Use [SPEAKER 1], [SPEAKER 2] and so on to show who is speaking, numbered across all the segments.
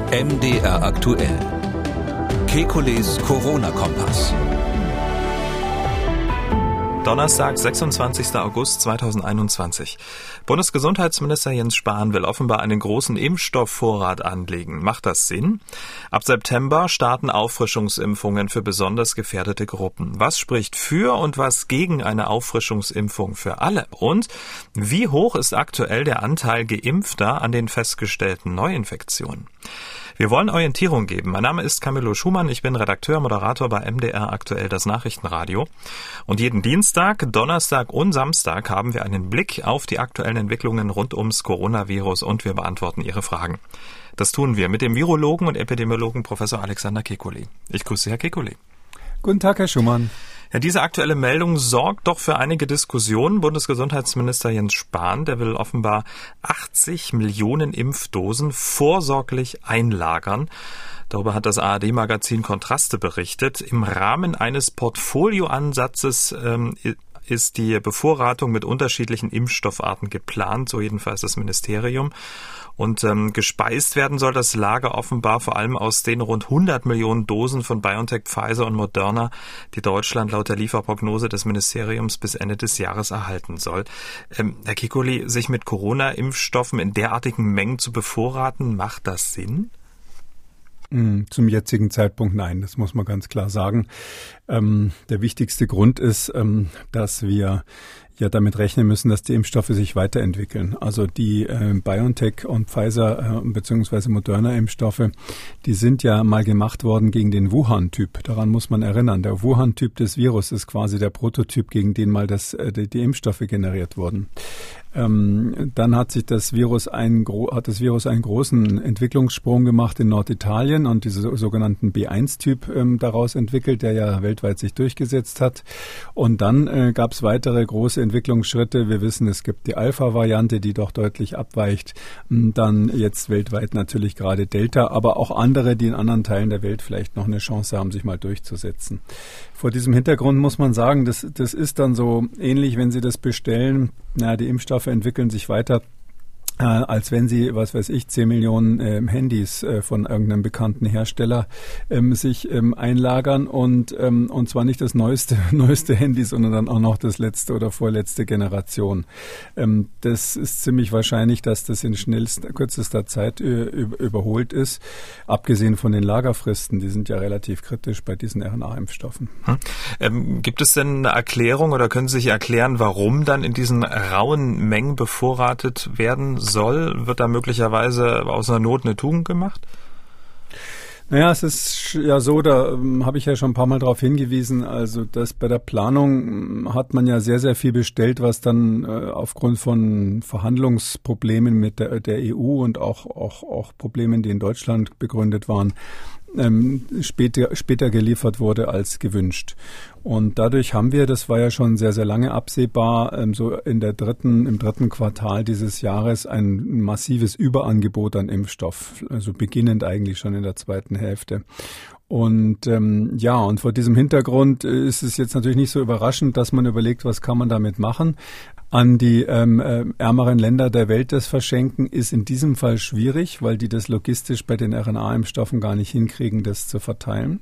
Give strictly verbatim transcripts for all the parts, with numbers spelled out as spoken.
[SPEAKER 1] M D R aktuell. Kekules Corona-Kompass.
[SPEAKER 2] Donnerstag, sechsundzwanzigster August zweitausendeinundzwanzig. Bundesgesundheitsminister Jens Spahn will offenbar einen großen Impfstoffvorrat anlegen. Macht das Sinn? Ab September starten Auffrischungsimpfungen für besonders gefährdete Gruppen. Was spricht für und was gegen eine Auffrischungsimpfung für alle? Und wie hoch ist aktuell der Anteil Geimpfter an den festgestellten Neuinfektionen? Wir wollen Orientierung geben. Mein Name ist Camillo Schumann. Ich bin Redakteur, Moderator bei M D R aktuell, das Nachrichtenradio. Und jeden Dienstag, Donnerstag und Samstag haben wir einen Blick auf die aktuellen Entwicklungen rund ums Coronavirus und wir beantworten Ihre Fragen. Das tun wir mit dem Virologen und Epidemiologen Professor Alexander Kekulé. Ich grüße Herr Kekulé.
[SPEAKER 3] Guten Tag, Herr Schumann.
[SPEAKER 2] Ja, diese aktuelle Meldung sorgt doch für einige Diskussionen. Bundesgesundheitsminister Jens Spahn, der will offenbar achtzig Millionen Impfdosen vorsorglich einlagern. Darüber hat das A R D-Magazin Kontraste berichtet. Im Rahmen eines Portfolioansatzes ähm, ist die Bevorratung mit unterschiedlichen Impfstoffarten geplant, so jedenfalls das Ministerium. Und ähm, gespeist werden soll das Lager offenbar vor allem aus den rund hundert Millionen Dosen von BioNTech, Pfizer und Moderna, die Deutschland laut der Lieferprognose des Ministeriums bis Ende des Jahres erhalten soll. Ähm, Herr Kekulé, sich mit Corona-Impfstoffen in derartigen Mengen zu bevorraten, macht das Sinn?
[SPEAKER 3] Zum jetzigen Zeitpunkt nein, das muss man ganz klar sagen. Ähm, der wichtigste Grund ist, ähm, dass wir ja damit rechnen müssen, dass die Impfstoffe sich weiterentwickeln. Also die äh, BioNTech und Pfizer äh, bzw. Moderna-Impfstoffe, die sind ja mal gemacht worden gegen den Wuhan-Typ. Daran muss man erinnern. Der Wuhan-Typ des Virus ist quasi der Prototyp, gegen den mal das, äh, die, die Impfstoffe generiert wurden. Ähm, dann hat sich das Virus einen, hat das Virus einen großen Entwicklungssprung gemacht in Norditalien und diesen sogenannten B eins Typ ähm, daraus entwickelt, der ja weltweit sich durchgesetzt hat. Und dann äh, gab es weitere große Entwicklungsschritte. Wir wissen, es gibt die Alpha-Variante, die doch deutlich abweicht. Dann jetzt weltweit natürlich gerade Delta, aber auch andere, die in anderen Teilen der Welt vielleicht noch eine Chance haben, sich mal durchzusetzen. Vor diesem Hintergrund muss man sagen, das, das ist dann so ähnlich, wenn Sie das bestellen. Na, die Impfstoffe entwickeln sich weiter, äh, als wenn Sie, was weiß ich, zehn Millionen äh, Handys äh, von irgendeinem bekannten Hersteller ähm, sich ähm, einlagern und ähm, und zwar nicht das neueste neueste Handy, sondern dann auch noch das letzte oder vorletzte Generation. Ähm, das ist ziemlich wahrscheinlich, dass das in schnellster, kürzester Zeit äh, überholt ist, abgesehen von den Lagerfristen, die sind ja relativ kritisch bei diesen R N A-Impfstoffen.
[SPEAKER 2] Hm. Ähm, gibt es denn eine Erklärung oder können Sie sich erklären, warum dann in diesen rauen Mengen bevorratet werden soll? Wird da möglicherweise aus einer Not eine Tugend gemacht?
[SPEAKER 3] Naja, es ist ja so, da ähm, habe ich ja schon ein paar Mal darauf hingewiesen, also dass bei der Planung hat man ja sehr, sehr viel bestellt, was dann äh, aufgrund von Verhandlungsproblemen mit der, der E U und auch, auch, auch Problemen, die in Deutschland begründet waren, ähm, später, später geliefert wurde als gewünscht. Und dadurch haben wir, das war ja schon sehr, sehr lange absehbar, ähm, so in der dritten, im dritten Quartal dieses Jahres ein massives Überangebot an Impfstoff, also beginnend eigentlich schon in der zweiten Hälfte. Und ähm, ja, und vor diesem Hintergrund ist es jetzt natürlich nicht so überraschend, dass man überlegt, was kann man damit machen. An die ähm, äh, ärmeren Länder der Welt das verschenken, ist in diesem Fall schwierig, weil die das logistisch bei den R N A-Impfstoffen gar nicht hinkriegen, das zu verteilen.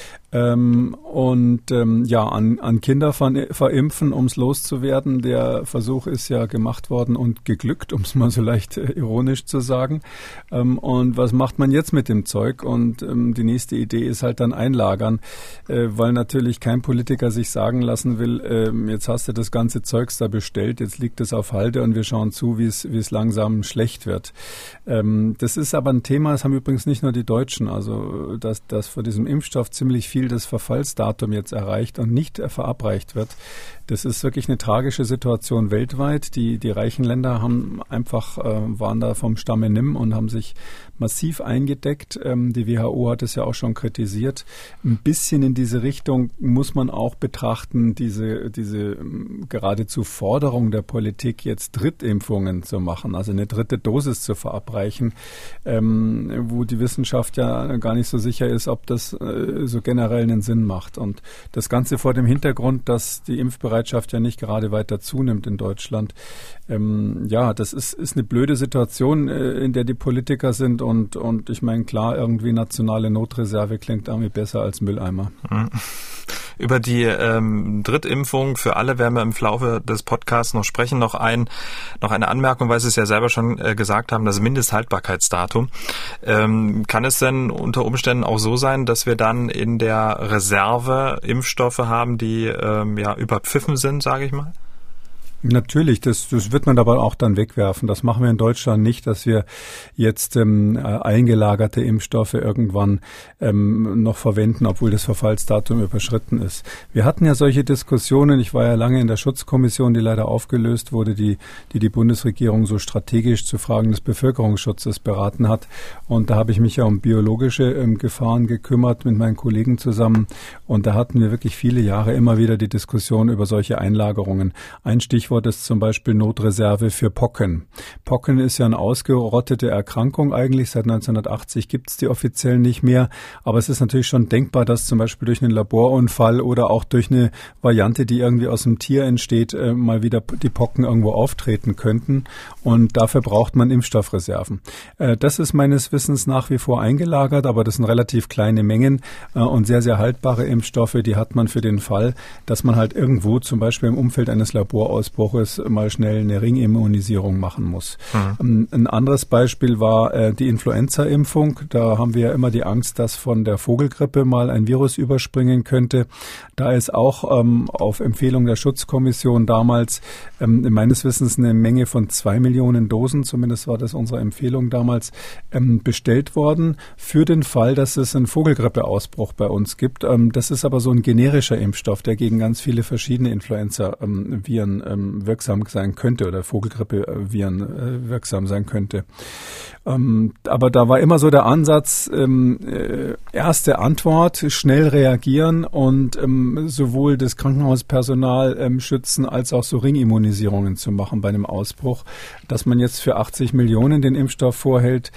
[SPEAKER 3] Ähm, und ähm, ja, an, an Kinder ver- verimpfen, um es loszuwerden. Der Versuch ist ja gemacht worden und geglückt, um es mal so leicht äh, ironisch zu sagen. Ähm, und was macht man jetzt mit dem Zeug? Und ähm, die nächste Idee ist halt dann einlagern, äh, weil natürlich kein Politiker sich sagen lassen will, äh, jetzt hast du das ganze Zeugs da bestellt, jetzt liegt es auf Halde und wir schauen zu, wie es wie es langsam schlecht wird. Ähm, das ist aber ein Thema, das haben übrigens nicht nur die Deutschen, also dass, dass vor diesem Impfstoff ziemlich viel das Verfallsdatum jetzt erreicht und nicht verabreicht wird. Das ist wirklich eine tragische Situation weltweit. Die, die reichen Länder haben einfach, äh, waren da vom Stamme nimm und haben sich massiv eingedeckt. Ähm, die W H O hat es ja auch schon kritisiert. Ein bisschen in diese Richtung muss man auch betrachten, diese, diese ähm, geradezu Forderung der Politik, jetzt Drittimpfungen zu machen, also eine dritte Dosis zu verabreichen, ähm, wo die Wissenschaft ja gar nicht so sicher ist, ob das äh, so generell generell einen Sinn macht. Und das Ganze vor dem Hintergrund, dass die Impfbereitschaft ja nicht gerade weiter zunimmt in Deutschland. Ähm, ja, das ist, ist eine blöde Situation, äh, in der die Politiker sind. Und, und ich meine, klar, irgendwie nationale Notreserve klingt irgendwie besser als Mülleimer.
[SPEAKER 2] Mhm. Über die ähm, Drittimpfung für alle werden wir im Laufe des Podcasts noch sprechen. Noch ein, noch eine Anmerkung, weil Sie es ja selber schon äh, gesagt haben, das Mindesthaltbarkeitsdatum. Ähm, kann es denn unter Umständen auch so sein, dass wir dann in der Reserve Impfstoffe haben, die ähm, ja überpfiffen sind, sage ich mal?
[SPEAKER 3] Natürlich, das, das wird man aber auch dann wegwerfen. Das machen wir in Deutschland nicht, dass wir jetzt ähm, eingelagerte Impfstoffe irgendwann ähm, noch verwenden, obwohl das Verfallsdatum überschritten ist. Wir hatten ja solche Diskussionen. Ich war ja lange in der Schutzkommission, die leider aufgelöst wurde, die die, die Bundesregierung so strategisch zu Fragen des Bevölkerungsschutzes beraten hat. Und da habe ich mich ja um biologische ähm, Gefahren gekümmert mit meinen Kollegen zusammen. Und da hatten wir wirklich viele Jahre immer wieder die Diskussion über solche Einlagerungen. Ein Stichwort ist zum Beispiel Notreserve für Pocken. Pocken ist ja eine ausgerottete Erkrankung eigentlich. Seit neunzehnhundertachtzig gibt es die offiziell nicht mehr. Aber es ist natürlich schon denkbar, dass zum Beispiel durch einen Laborunfall oder auch durch eine Variante, die irgendwie aus dem Tier entsteht, äh, mal wieder die Pocken irgendwo auftreten könnten. Und dafür braucht man Impfstoffreserven. Äh, das ist meines Wissens nach wie vor eingelagert, aber das sind relativ kleine Mengen äh, und sehr, sehr haltbare Impfstoffe. Die hat man für den Fall, dass man halt irgendwo zum Beispiel im Umfeld eines Laborausbruchs mal schnell eine Ringimmunisierung machen muss. Mhm. Ein anderes Beispiel war äh, die Influenza-Impfung. Da haben wir ja immer die Angst, dass von der Vogelgrippe mal ein Virus überspringen könnte. Da ist auch ähm, auf Empfehlung der Schutzkommission damals ähm, meines Wissens eine Menge von zwei Millionen Dosen, zumindest war das unsere Empfehlung damals, ähm, bestellt worden für den Fall, dass es einen Vogelgrippeausbruch bei uns gibt. Ähm, das ist aber so ein generischer Impfstoff, der gegen ganz viele verschiedene Influenza-Viren ähm, wirksam sein könnte oder Vogelgrippe-Viren äh, wirksam sein könnte. Ähm, aber da war immer so der Ansatz, ähm, äh, erste Antwort, schnell reagieren und ähm, sowohl das Krankenhauspersonal ähm, schützen, als auch so Ringimmunisierungen zu machen bei einem Ausbruch. Dass man jetzt für achtzig Millionen den Impfstoff vorhält,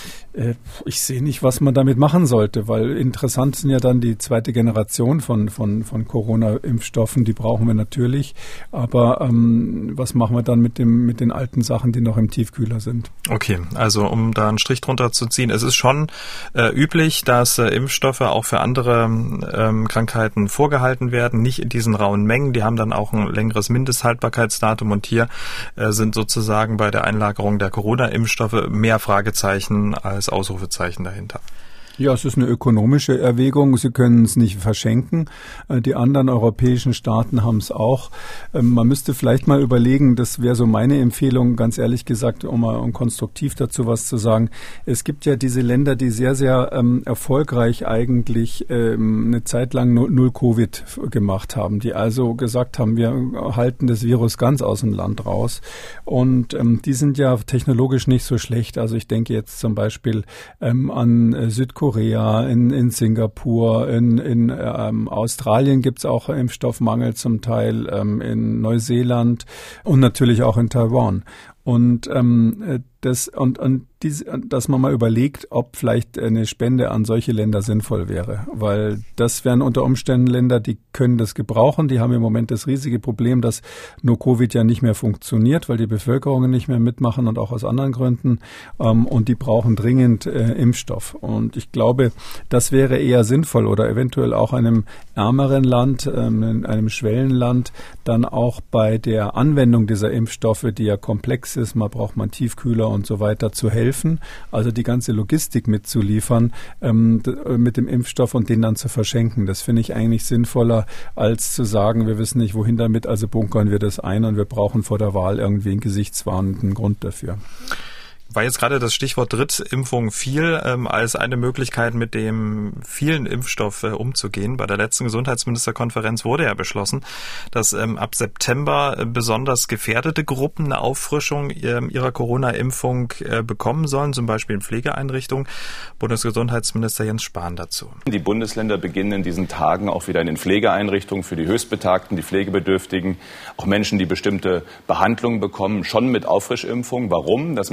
[SPEAKER 3] ich sehe nicht, was man damit machen sollte, weil interessant sind ja dann die zweite Generation von, von, von Corona-Impfstoffen, die brauchen wir natürlich. Aber ähm, was machen wir dann mit dem, mit den alten Sachen, die noch im Tiefkühler sind?
[SPEAKER 2] Okay, also um da einen Strich drunter zu ziehen, es ist schon äh, üblich, dass äh, Impfstoffe auch für andere ähm, Krankheiten vorgehalten werden, nicht in diesen rauen Mengen. Die haben dann auch ein längeres Mindesthaltbarkeitsdatum und hier äh, sind sozusagen bei der Einlagerung der Corona-Impfstoffe mehr Fragezeichen als Ausrufezeichen dahinter.
[SPEAKER 3] Ja, es ist eine ökonomische Erwägung. Sie können es nicht verschenken. Die anderen europäischen Staaten haben es auch. Man müsste vielleicht mal überlegen, das wäre so meine Empfehlung, ganz ehrlich gesagt, um mal um konstruktiv dazu was zu sagen. Es gibt ja diese Länder, die sehr, sehr ähm, erfolgreich eigentlich ähm, eine Zeit lang null Covid gemacht haben, die also gesagt haben, wir halten das Virus ganz aus dem Land raus. Und ähm, die sind ja technologisch nicht so schlecht. Also ich denke jetzt zum Beispiel ähm, an äh, Südkorea, Korea, in, in Singapur, in, in ähm, Australien gibt es auch Impfstoffmangel zum Teil, ähm, in Neuseeland und natürlich auch in Taiwan. Und ähm, das und und diese, dass man mal überlegt, ob vielleicht eine Spende an solche Länder sinnvoll wäre, weil das wären unter Umständen Länder, die können das gebrauchen. Die haben im Moment das riesige Problem, dass No-Covid ja nicht mehr funktioniert, weil die Bevölkerungen nicht mehr mitmachen und auch aus anderen Gründen. Ähm, und die brauchen dringend äh, Impfstoff. Und ich glaube, das wäre eher sinnvoll oder eventuell auch einem ärmeren Land, ähm, in einem Schwellenland, dann auch bei der Anwendung dieser Impfstoffe, die ja komplex ist, man braucht man Tiefkühler und so weiter, zu helfen, also die ganze Logistik mitzuliefern ähm, d- mit dem Impfstoff und den dann zu verschenken. Das finde ich eigentlich sinnvoller, als zu sagen, wir wissen nicht, wohin damit, also bunkern wir das ein und wir brauchen vor der Wahl irgendwie einen gesichtswahrenden Grund dafür.
[SPEAKER 2] War jetzt gerade das Stichwort Drittimpfung viel ähm, als eine Möglichkeit, mit dem vielen Impfstoff äh, umzugehen. Bei der letzten Gesundheitsministerkonferenz wurde ja beschlossen, dass ähm, ab September äh, besonders gefährdete Gruppen eine Auffrischung äh, ihrer Corona-Impfung äh, bekommen sollen, zum Beispiel in Pflegeeinrichtungen. Bundesgesundheitsminister Jens Spahn dazu.
[SPEAKER 4] Die Bundesländer beginnen in diesen Tagen auch wieder in den Pflegeeinrichtungen für die Höchstbetagten, die Pflegebedürftigen, auch Menschen, die bestimmte Behandlungen bekommen, schon mit Auffrischimpfung. Warum? Das machen wir vor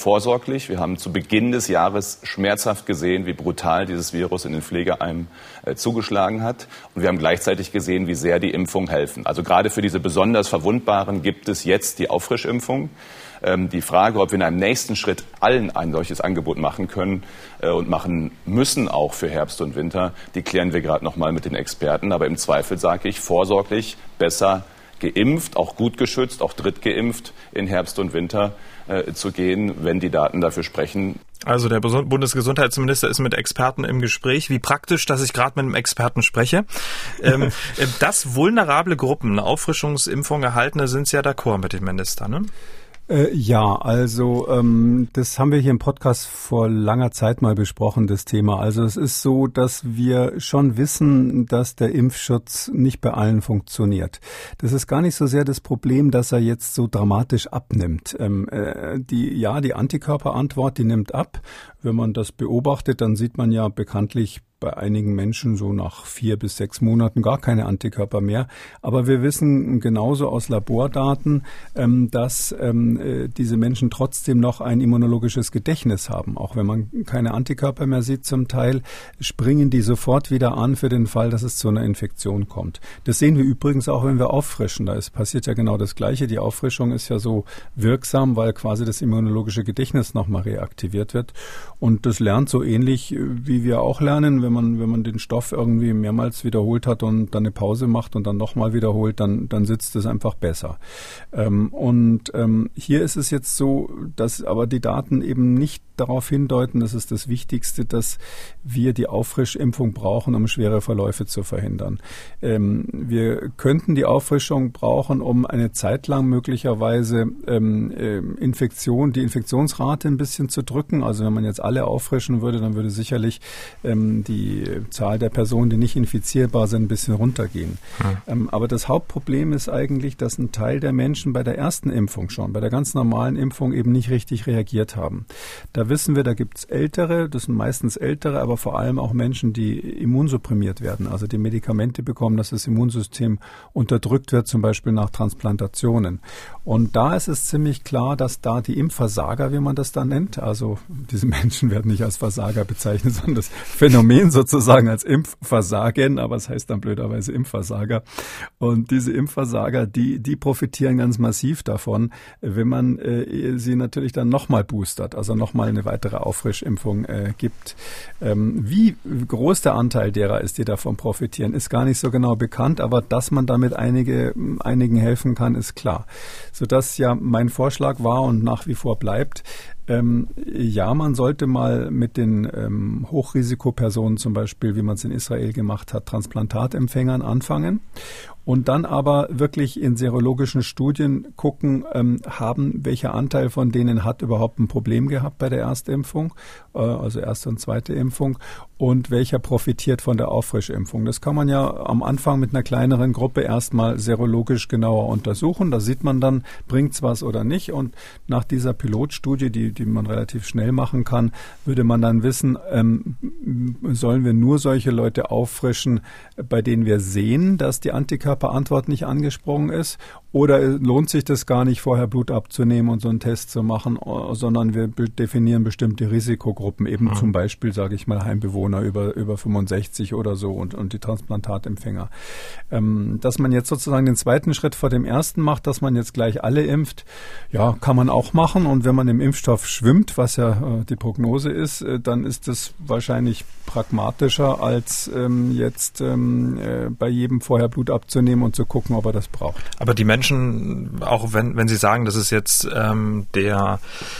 [SPEAKER 4] vorsorglich. Wir haben zu Beginn des Jahres schmerzhaft gesehen, wie brutal dieses Virus in den Pflegeheimen äh, zugeschlagen hat. Und wir haben gleichzeitig gesehen, wie sehr die Impfungen helfen. Also gerade für diese besonders Verwundbaren gibt es jetzt die Auffrischimpfung. Ähm, die Frage, ob wir in einem nächsten Schritt allen ein solches Angebot machen können äh, und machen müssen, auch für Herbst und Winter, die klären wir gerade noch mal mit den Experten. Aber im Zweifel sage ich, vorsorglich besser geimpft, auch gut geschützt, auch drittgeimpft in Herbst und Winter äh, zu gehen, wenn die Daten dafür sprechen.
[SPEAKER 2] Also der Bundesgesundheitsminister ist mit Experten im Gespräch. Wie praktisch, dass ich gerade mit einem Experten spreche. ähm, dass vulnerable Gruppen eine Auffrischungsimpfung erhalten, sind Sie ja d'accord mit dem Minister, ne?
[SPEAKER 3] Äh, ja, also ähm, das haben wir hier im Podcast vor langer Zeit mal besprochen, das Thema. Also es ist so, dass wir schon wissen, dass der Impfschutz nicht bei allen funktioniert. Das ist gar nicht so sehr das Problem, dass er jetzt so dramatisch abnimmt. Ähm, äh, die, ja, die Antikörperantwort, die nimmt ab. Wenn man das beobachtet, dann sieht man ja bekanntlich bei einigen Menschen so nach vier bis sechs Monaten gar keine Antikörper mehr. Aber wir wissen genauso aus Labordaten, ähm, dass ähm, äh, diese Menschen trotzdem noch ein immunologisches Gedächtnis haben. Auch wenn man keine Antikörper mehr sieht zum Teil, springen die sofort wieder an für den Fall, dass es zu einer Infektion kommt. Das sehen wir übrigens auch, wenn wir auffrischen. Da ist, passiert ja genau das Gleiche. Die Auffrischung ist ja so wirksam, weil quasi das immunologische Gedächtnis nochmal reaktiviert wird. Und das lernt so ähnlich, wie wir auch lernen, wenn man, wenn man den Stoff irgendwie mehrmals wiederholt hat und dann eine Pause macht und dann nochmal wiederholt, dann, dann sitzt es einfach besser. Ähm, und ähm, hier ist es jetzt so, dass aber die Daten eben nicht darauf hindeuten, das ist das Wichtigste, dass wir die Auffrischimpfung brauchen, um schwere Verläufe zu verhindern. Ähm, wir könnten die Auffrischung brauchen, um eine Zeit lang möglicherweise ähm, äh, Infektion, die Infektionsrate ein bisschen zu drücken. Also wenn man jetzt alle auffrischen würde, dann würde sicherlich ähm, die Zahl der Personen, die nicht infizierbar sind, ein bisschen runtergehen. Hm. Ähm, aber das Hauptproblem ist eigentlich, dass ein Teil der Menschen bei der ersten Impfung schon, bei der ganz normalen Impfung eben nicht richtig reagiert haben. Da wissen wir, da gibt es Ältere, das sind meistens Ältere, aber vor allem auch Menschen, die immunsupprimiert werden, also die Medikamente bekommen, dass das Immunsystem unterdrückt wird, zum Beispiel nach Transplantationen. Und da ist es ziemlich klar, dass da die Impfversager, wie man das da nennt, also diese Menschen werden nicht als Versager bezeichnet, sondern das Phänomen sozusagen als Impfversagen, aber es heißt dann blöderweise Impfversager. Und diese Impfversager, die, die profitieren ganz massiv davon, wenn man äh, sie natürlich dann nochmal boostert, also nochmal eine weitere Auffrischimpfung äh, gibt. Ähm, wie groß der Anteil derer ist, die davon profitieren, ist gar nicht so genau bekannt, aber dass man damit einige, einigen helfen kann, ist klar. Sodass ja mein Vorschlag war und nach wie vor bleibt, Ähm, ja, man sollte mal mit den ähm, Hochrisikopersonen zum Beispiel, wie man es in Israel gemacht hat, Transplantatempfängern anfangen und dann aber wirklich in serologischen Studien gucken, ähm, haben, welcher Anteil von denen hat überhaupt ein Problem gehabt bei der Erstimpfung, äh, also erste und zweite Impfung, und welcher profitiert von der Auffrischimpfung. Das kann man ja am Anfang mit einer kleineren Gruppe erstmal serologisch genauer untersuchen. Da sieht man dann, bringt's was oder nicht, und nach dieser Pilotstudie, die die man relativ schnell machen kann, würde man dann wissen, ähm, sollen wir nur solche Leute auffrischen, bei denen wir sehen, dass die Antikörperantwort nicht angesprungen ist, oder lohnt sich das gar nicht, vorher Blut abzunehmen und so einen Test zu machen, sondern wir definieren bestimmte Risikogruppen, eben mhm. zum Beispiel, sage ich mal, Heimbewohner über, über fünfundsechzig oder so und, und die Transplantatempfänger. Ähm, dass man jetzt sozusagen den zweiten Schritt vor dem ersten macht, dass man jetzt gleich alle impft, ja, kann man auch machen, und wenn man im Impfstoff schwimmt, was ja äh, die Prognose ist, äh, dann ist das wahrscheinlich pragmatischer, als ähm, jetzt ähm, äh, bei jedem vorher Blut abzunehmen und zu gucken, ob er das braucht.
[SPEAKER 2] Aber die Menschen, auch wenn, wenn Sie sagen, das ist jetzt ähm, der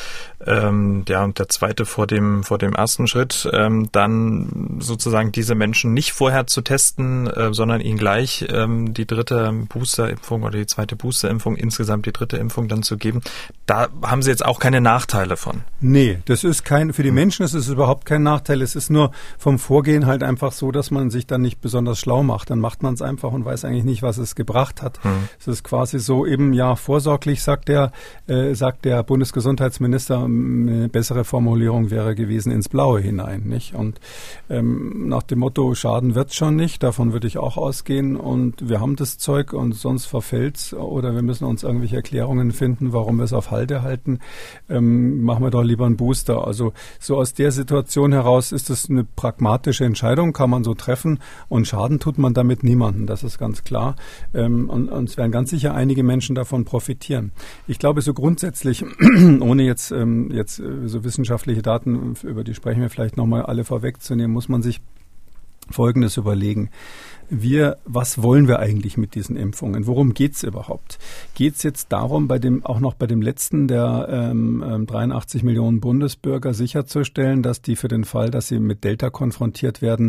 [SPEAKER 2] Ähm, ja, der zweite vor dem vor dem ersten Schritt, ähm, dann sozusagen diese Menschen nicht vorher zu testen, äh, sondern ihnen gleich ähm, die dritte Boosterimpfung oder die zweite Boosterimpfung, insgesamt die dritte Impfung dann zu geben. Da haben Sie jetzt auch keine Nachteile von?
[SPEAKER 3] Nee, das ist kein, für die Menschen ist es überhaupt kein Nachteil. Es ist nur vom Vorgehen halt einfach so, dass man sich dann nicht besonders schlau macht. Dann macht man es einfach und weiß eigentlich nicht, was es gebracht hat. Hm. Es ist quasi so eben, ja, vorsorglich, sagt der, äh, sagt der Bundesgesundheitsminister, ähm, eine bessere Formulierung wäre gewesen, ins Blaue hinein, nicht? Und ähm, nach dem Motto, Schaden wird's schon nicht, davon würde ich auch ausgehen und wir haben das Zeug und sonst verfällt's oder wir müssen uns irgendwelche Erklärungen finden, warum wir es auf Halde halten, ähm, machen wir doch lieber einen Booster. Also so aus der Situation heraus ist es eine pragmatische Entscheidung, kann man so treffen und Schaden tut man damit niemanden, das ist ganz klar. Ähm, und, und es werden ganz sicher einige Menschen davon profitieren. Ich glaube, so grundsätzlich, ohne jetzt, ähm, jetzt äh, so wissenschaftliche Daten, über die sprechen wir vielleicht nochmal alle vorwegzunehmen, muss man sich Folgendes überlegen. Wir, was wollen wir eigentlich mit diesen Impfungen? Worum geht's überhaupt? Geht's jetzt darum, bei dem, auch noch bei dem letzten der ähm, dreiundachtzig Millionen Bundesbürger sicherzustellen, dass die für den Fall, dass sie mit Delta konfrontiert werden,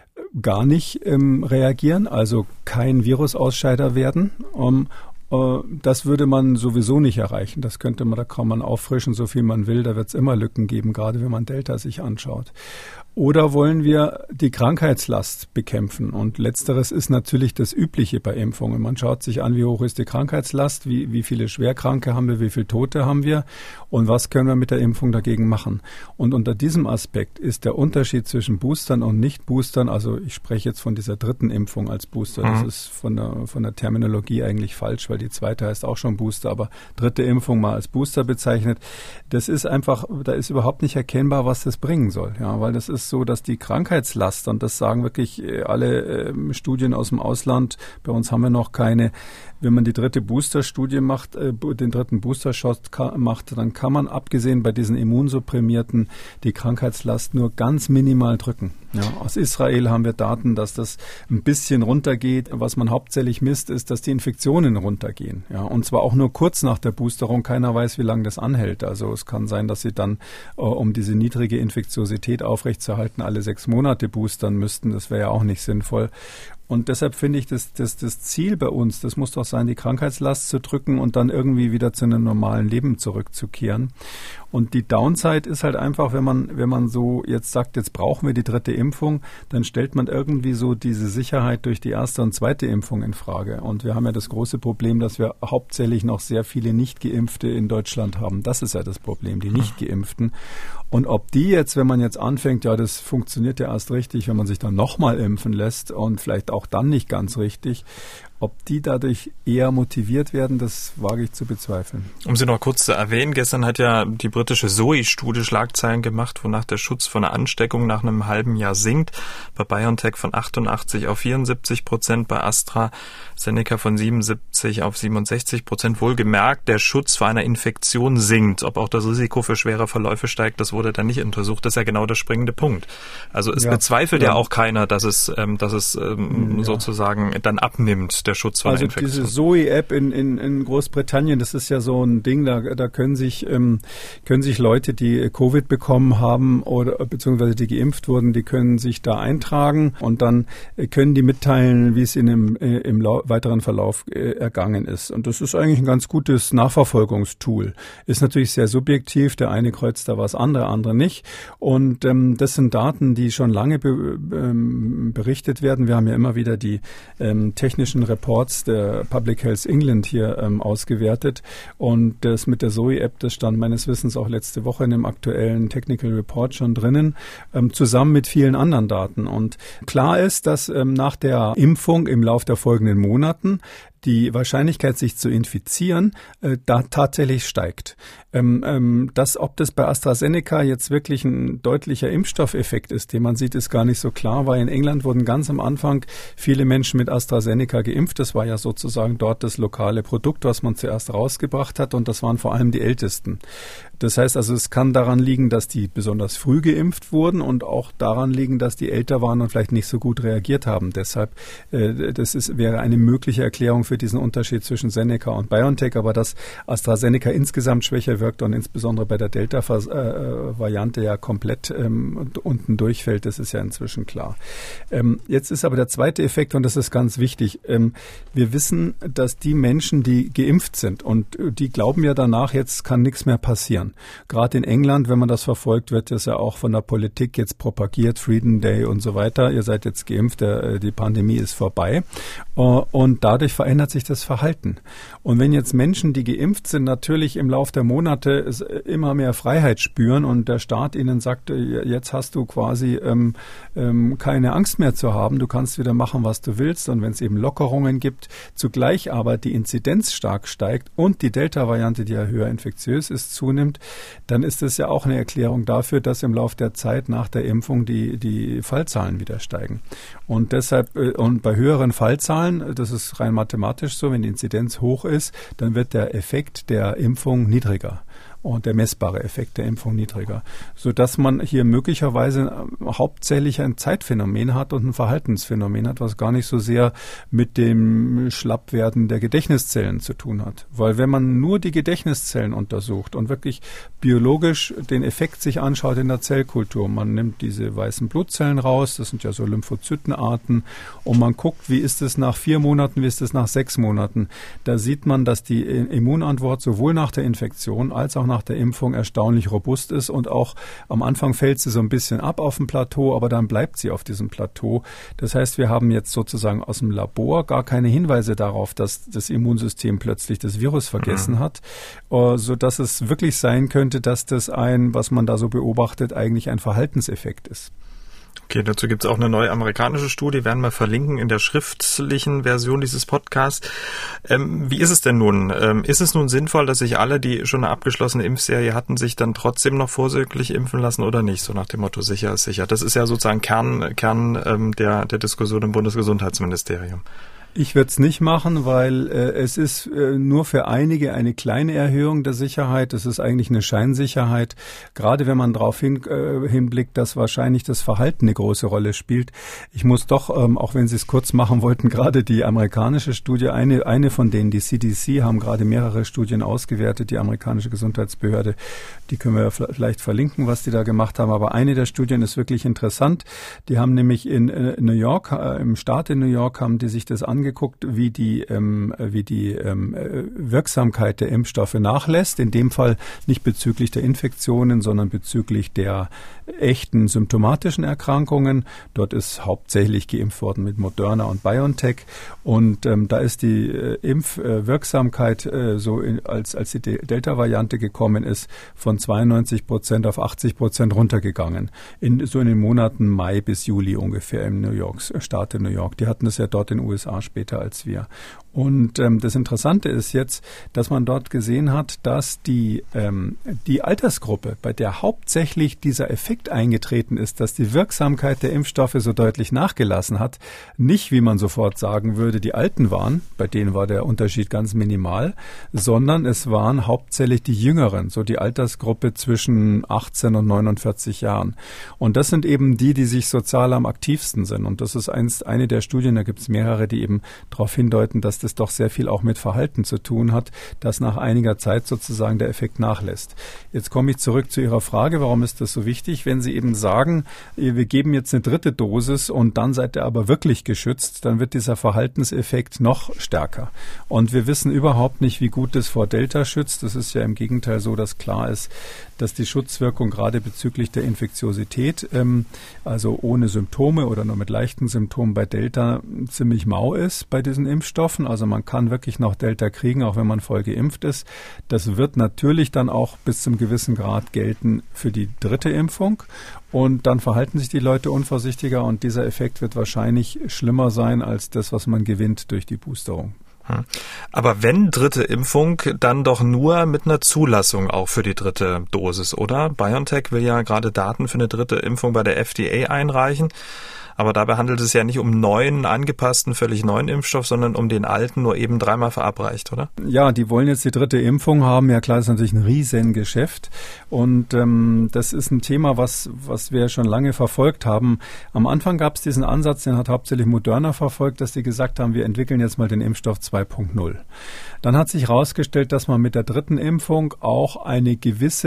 [SPEAKER 3] gar nicht ähm, reagieren, also kein Virusausscheider werden? Um, äh, das würde man sowieso nicht erreichen. Das könnte man, da kann man auffrischen, so viel man will. Da wird es immer Lücken geben, gerade wenn man Delta sich anschaut. Oder wollen wir die Krankheitslast bekämpfen? Und letzteres ist natürlich das Übliche bei Impfungen. Man schaut sich an, wie hoch ist die Krankheitslast, wie, wie viele Schwerkranke haben wir, wie viele Tote haben wir und was können wir mit der Impfung dagegen machen. Und unter diesem Aspekt ist der Unterschied zwischen Boostern und Nicht-Boostern, also ich spreche jetzt von dieser dritten Impfung als Booster, das ist von der, von der Terminologie eigentlich falsch, weil die zweite heißt auch schon Booster, aber dritte Impfung mal als Booster bezeichnet. Das ist einfach, da ist überhaupt nicht erkennbar, was das bringen soll, ja, weil das ist so, dass die Krankheitslast, und das sagen wirklich alle äh, Studien aus dem Ausland, bei uns haben wir noch keine, wenn man die dritte Booster-Studie macht, äh, den dritten Booster-Shot ka- macht, dann kann man abgesehen bei diesen Immunsupprimierten die Krankheitslast nur ganz minimal drücken. Ja, aus Israel haben wir Daten, dass das ein bisschen runtergeht. Was man hauptsächlich misst, ist, dass die Infektionen runtergehen. Ja, und zwar auch nur kurz nach der Boosterung. Keiner weiß, wie lange das anhält. Also es kann sein, dass sie dann, äh, um diese niedrige Infektiosität aufrechtzuerhalten, alle sechs Monate boostern müssten. Das wäre ja auch nicht sinnvoll. Und deshalb finde ich, dass das, das Ziel bei uns, das muss doch sein, die Krankheitslast zu drücken und dann irgendwie wieder zu einem normalen Leben zurückzukehren. Und die Downside ist halt einfach, wenn man, wenn man so jetzt sagt, jetzt brauchen wir die dritte Impfung, dann stellt man irgendwie so diese Sicherheit durch die erste und zweite Impfung in Frage. Und wir haben ja das große Problem, dass wir hauptsächlich noch sehr viele Nicht-Geimpfte in Deutschland haben. Das ist ja das Problem, die Nicht-Geimpften. Und ob die jetzt, wenn man jetzt anfängt, ja, das funktioniert ja erst richtig, wenn man sich dann nochmal impfen lässt und vielleicht auch dann nicht ganz richtig, ob die dadurch eher motiviert werden, das wage ich zu bezweifeln.
[SPEAKER 2] Um sie noch kurz zu erwähnen, gestern hat ja die britische S O E-Studie Schlagzeilen gemacht, wonach der Schutz vor einer Ansteckung nach einem halben Jahr sinkt. Bei BioNTech von achtundachtzig auf vierundsiebzig Prozent, bei AstraZeneca von siebenundsiebzig auf siebenundsechzig Prozent. Wohlgemerkt, der Schutz vor einer Infektion sinkt. Ob auch das Risiko für schwere Verläufe steigt, das wurde dann nicht untersucht. Das ist ja genau der springende Punkt. Also es ja, bezweifelt ja. ja auch keiner, dass es, ähm, dass es ähm, ja. sozusagen dann abnimmt, der Schutz vor
[SPEAKER 3] also
[SPEAKER 2] einer Infektion.
[SPEAKER 3] Also diese S O E-App in, in, in Großbritannien, das ist ja so ein Ding, da, da können sich ähm, können sich Leute, die Covid bekommen haben oder beziehungsweise die geimpft wurden, die können sich da eintragen und dann äh, können die mitteilen, wie es ihnen im, äh, im lau- weiteren Verlauf äh, ergangen ist. Und das ist eigentlich ein ganz gutes Nachverfolgungstool. Ist natürlich sehr subjektiv, der eine kreuzt da was, andere, andere nicht. Und ähm, das sind Daten, die schon lange be- ähm, berichtet werden. Wir haben ja immer wieder die ähm, technischen Reports der Public Health England hier ähm, ausgewertet und das mit der S O E-App, das stand meines Wissens auch letzte Woche in dem aktuellen Technical Report schon drinnen, ähm, zusammen mit vielen anderen Daten. Und klar ist, dass ähm, nach der Impfung im Lauf der folgenden Monaten die Wahrscheinlichkeit, sich zu infizieren, äh, da tatsächlich steigt. Ähm, ähm, das, ob das bei AstraZeneca jetzt wirklich ein deutlicher Impfstoffeffekt ist, den man sieht, ist gar nicht so klar, weil in England wurden ganz am Anfang viele Menschen mit AstraZeneca geimpft. Das war ja sozusagen dort das lokale Produkt, was man zuerst rausgebracht hat, und das waren vor allem die Ältesten. Das heißt also, es kann daran liegen, dass die besonders früh geimpft wurden und auch daran liegen, dass die älter waren und vielleicht nicht so gut reagiert haben. Deshalb, äh, das ist, wäre eine mögliche Erklärung für diesen Unterschied zwischen Seneca und BioNTech, aber dass AstraZeneca insgesamt schwächer wirkt und insbesondere bei der Delta-Variante ja komplett ähm, unten durchfällt, das ist ja inzwischen klar. Ähm, jetzt ist aber der zweite Effekt, und das ist ganz wichtig. Ähm, wir wissen, dass die Menschen, die geimpft sind und die glauben ja danach, jetzt kann nichts mehr passieren. spüren. Gerade in England, wenn man das verfolgt, wird das ja auch von der Politik jetzt propagiert, Freedom Day und so weiter. Ihr seid jetzt geimpft, der, die Pandemie ist vorbei. Und dadurch verändert sich das Verhalten. Und wenn jetzt Menschen, die geimpft sind, natürlich im Laufe der Monate immer mehr Freiheit spüren und der Staat ihnen sagt, jetzt hast du quasi ähm, ähm, keine Angst mehr zu haben, du kannst wieder machen, was du willst. Und wenn es eben Lockerungen gibt, zugleich aber die Inzidenz stark steigt und die Delta-Variante, die ja höher infektiös ist, zunimmt, dann ist das ja auch eine Erklärung dafür, dass im Laufe der Zeit nach der Impfung die, die Fallzahlen wieder steigen. Und deshalb, und bei höheren Fallzahlen, das ist rein mathematisch so, wenn die Inzidenz hoch ist, dann wird der Effekt der Impfung niedriger. Und der messbare Effekt der Impfung niedriger, sodass man hier möglicherweise hauptsächlich ein Zeitphänomen hat und ein Verhaltensphänomen hat, was gar nicht so sehr mit dem Schlappwerden der Gedächtniszellen zu tun hat. Weil wenn man nur die Gedächtniszellen untersucht und wirklich biologisch den Effekt sich anschaut in der Zellkultur, man nimmt diese weißen Blutzellen raus, das sind ja so Lymphozytenarten, und man guckt, wie ist es nach vier Monaten, wie ist es nach sechs Monaten, da sieht man, dass die Immunantwort sowohl nach der Infektion als auch nach der Impfung erstaunlich robust ist und auch am Anfang fällt sie so ein bisschen ab auf dem Plateau, aber dann bleibt sie auf diesem Plateau. Das heißt, wir haben jetzt sozusagen aus dem Labor gar keine Hinweise darauf, dass das Immunsystem plötzlich das Virus vergessen mhm. hat, sodass es wirklich sein könnte, dass das ein, was man da so beobachtet, eigentlich ein Verhaltenseffekt ist.
[SPEAKER 2] Okay, dazu gibt es auch eine neue amerikanische Studie, werden wir verlinken in der schriftlichen Version dieses Podcasts. Ähm, wie ist es denn nun? Ähm, ist es nun sinnvoll, dass sich alle, die schon eine abgeschlossene Impfserie hatten, sich dann trotzdem noch vorsorglich impfen lassen oder nicht? So nach dem Motto, sicher ist sicher. Das ist ja sozusagen Kern, Kern ähm, der, der Diskussion im Bundesgesundheitsministerium.
[SPEAKER 3] Ich würde es nicht machen, weil äh, es ist äh, nur für einige eine kleine Erhöhung der Sicherheit. Es ist eigentlich eine Scheinsicherheit, gerade wenn man darauf hin, äh, hinblickt, dass wahrscheinlich das Verhalten eine große Rolle spielt. Ich muss doch, ähm, auch wenn Sie es kurz machen wollten, gerade die amerikanische Studie, eine, eine von denen, die C D C, haben gerade mehrere Studien ausgewertet, die amerikanische Gesundheitsbehörde. Die können wir vielleicht verlinken, was die da gemacht haben. Aber eine der Studien ist wirklich interessant. Die haben nämlich in äh, New York, äh, im Staat in New York, haben die sich das angeguckt, geguckt, wie die, ähm, wie die ähm, Wirksamkeit der Impfstoffe nachlässt. In dem Fall nicht bezüglich der Infektionen, sondern bezüglich der echten symptomatischen Erkrankungen. Dort ist hauptsächlich geimpft worden mit Moderna und BioNTech. Und ähm, da ist die äh, Impfwirksamkeit, äh, so in, als, als die Delta-Variante gekommen ist, von zweiundneunzig Prozent auf achtzig Prozent runtergegangen. In, so in den Monaten Mai bis Juli ungefähr im New York, Staat in New York. Die hatten das ja dort in den U S A später als wir. Und ähm, das Interessante ist jetzt, dass man dort gesehen hat, dass die, ähm, die Altersgruppe, bei der hauptsächlich dieser Effekt eingetreten ist, dass die Wirksamkeit der Impfstoffe so deutlich nachgelassen hat, nicht, wie man sofort sagen würde, die Alten waren, bei denen war der Unterschied ganz minimal, sondern es waren hauptsächlich die Jüngeren, so die Altersgruppe zwischen achtzehn und neunundvierzig Jahren. Und das sind eben die, die sich sozial am aktivsten sind. Und das ist eins, eine der Studien, da gibt es mehrere, die eben darauf hindeuten, dass das doch sehr viel auch mit Verhalten zu tun hat, dass nach einiger Zeit sozusagen der Effekt nachlässt. Jetzt komme ich zurück zu Ihrer Frage, warum ist das so wichtig? Wenn Sie eben sagen, wir geben jetzt eine dritte Dosis und dann seid ihr aber wirklich geschützt, dann wird dieser Verhaltenseffekt noch stärker. Und wir wissen überhaupt nicht, wie gut das vor Delta schützt. Das ist ja im Gegenteil so, dass klar ist, dass die Schutzwirkung gerade bezüglich der Infektiosität, ähm, also ohne Symptome oder nur mit leichten Symptomen bei Delta ziemlich mau ist bei diesen Impfstoffen. Also man kann wirklich noch Delta kriegen, auch wenn man voll geimpft ist. Das wird natürlich dann auch bis zum gewissen Grad gelten für die dritte Impfung. Und dann verhalten sich die Leute unvorsichtiger und dieser Effekt wird wahrscheinlich schlimmer sein als das, was man gewinnt durch die Boosterung.
[SPEAKER 2] Aber wenn dritte Impfung, dann doch nur mit einer Zulassung auch für die dritte Dosis, oder? BioNTech will ja gerade Daten für eine dritte Impfung bei der F D A einreichen. Aber dabei handelt es ja nicht um neuen, angepassten, völlig neuen Impfstoff, sondern um den alten, nur eben dreimal verabreicht, oder?
[SPEAKER 3] Ja, die wollen jetzt die dritte Impfung haben. Ja klar, das ist natürlich ein Riesengeschäft. Und ähm, das ist ein Thema, was was wir schon lange verfolgt haben. Am Anfang gab es diesen Ansatz, den hat hauptsächlich Moderna verfolgt, dass die gesagt haben, wir entwickeln jetzt mal den Impfstoff zwei Punkt null. Dann hat sich herausgestellt, dass man mit der dritten Impfung auch eine gewisse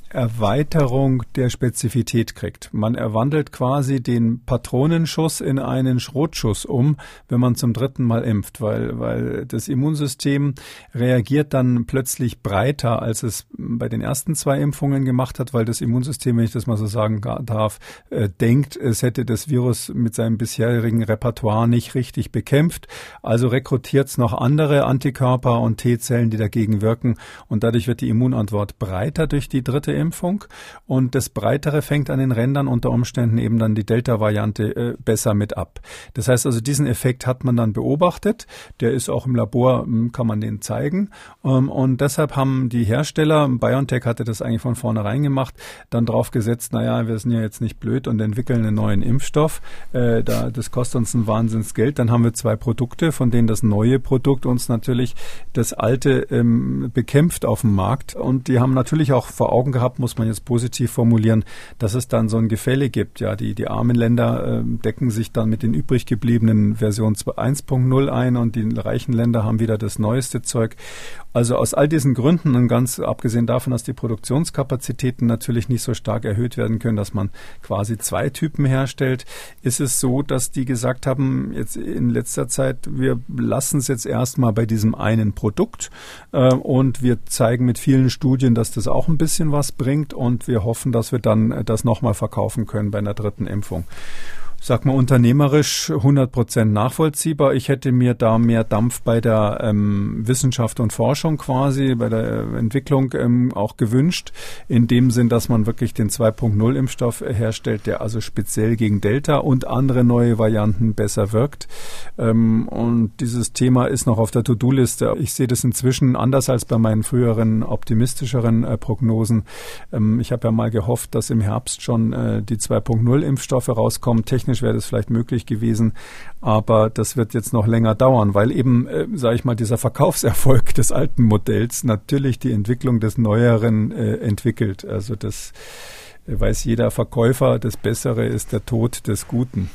[SPEAKER 3] Erweiterung der Spezifität kriegt. Man erwandelt quasi den Patronenschuss in einen Schrotschuss um, wenn man zum dritten Mal impft, weil, weil das Immunsystem reagiert dann plötzlich breiter, als es bei den ersten zwei Impfungen gemacht hat, weil das Immunsystem, wenn ich das mal so sagen darf, äh, denkt, es hätte das Virus mit seinem bisherigen Repertoire nicht richtig bekämpft. Also rekrutiert es noch andere Antikörper und T-Zellen, die dagegen wirken, und dadurch wird die Immunantwort breiter durch die dritte Impfung, und das Breitere fängt an den Rändern unter Umständen eben dann die Delta-Variante äh, besser mit ab. Das heißt also, diesen Effekt hat man dann beobachtet, der ist auch im Labor, kann man den zeigen, ähm, und deshalb haben die Hersteller, BioNTech hatte das eigentlich von vornherein gemacht, dann drauf gesetzt, naja, wir sind ja jetzt nicht blöd und entwickeln einen neuen Impfstoff, äh, da, das kostet uns ein Wahnsinnsgeld, dann haben wir zwei Produkte, von denen das neue Produkt uns natürlich das alte ähm, bekämpft auf dem Markt, und die haben natürlich auch vor Augen gehabt, muss man jetzt positiv formulieren, dass es dann so ein Gefälle gibt. Ja, die, die armen Länder äh, decken sich dann mit den übrig gebliebenen Version eins Punkt null ein, und die reichen Länder haben wieder das neueste Zeug. Also aus all diesen Gründen, und ganz abgesehen davon, dass die Produktionskapazitäten natürlich nicht so stark erhöht werden können, dass man quasi zwei Typen herstellt, ist es so, dass die gesagt haben, jetzt in letzter Zeit, wir lassen es jetzt erstmal bei diesem einen Produkt, äh, und wir zeigen mit vielen Studien, dass das auch ein bisschen was bringt, und wir hoffen, dass wir dann das nochmal verkaufen können bei einer dritten Impfung. Sag mal, unternehmerisch hundert Prozent nachvollziehbar. Ich hätte mir da mehr Dampf bei der ähm, Wissenschaft und Forschung quasi, bei der äh, Entwicklung ähm, auch gewünscht, in dem Sinn, dass man wirklich den zwei Punkt null Impfstoff herstellt, der also speziell gegen Delta und andere neue Varianten besser wirkt. Ähm, und dieses Thema ist noch auf der To-Do-Liste. Ich sehe das inzwischen anders als bei meinen früheren optimistischeren äh, Prognosen. Ähm, ich habe ja mal gehofft, dass im Herbst schon äh, die zwei Punkt null Impfstoffe rauskommen. Technisch wäre das vielleicht möglich gewesen, aber das wird jetzt noch länger dauern, weil eben, äh, sage ich mal, dieser Verkaufserfolg des alten Modells natürlich die Entwicklung des Neueren äh, entwickelt. Also das äh, weiß jeder Verkäufer, das Bessere ist der Tod des Guten.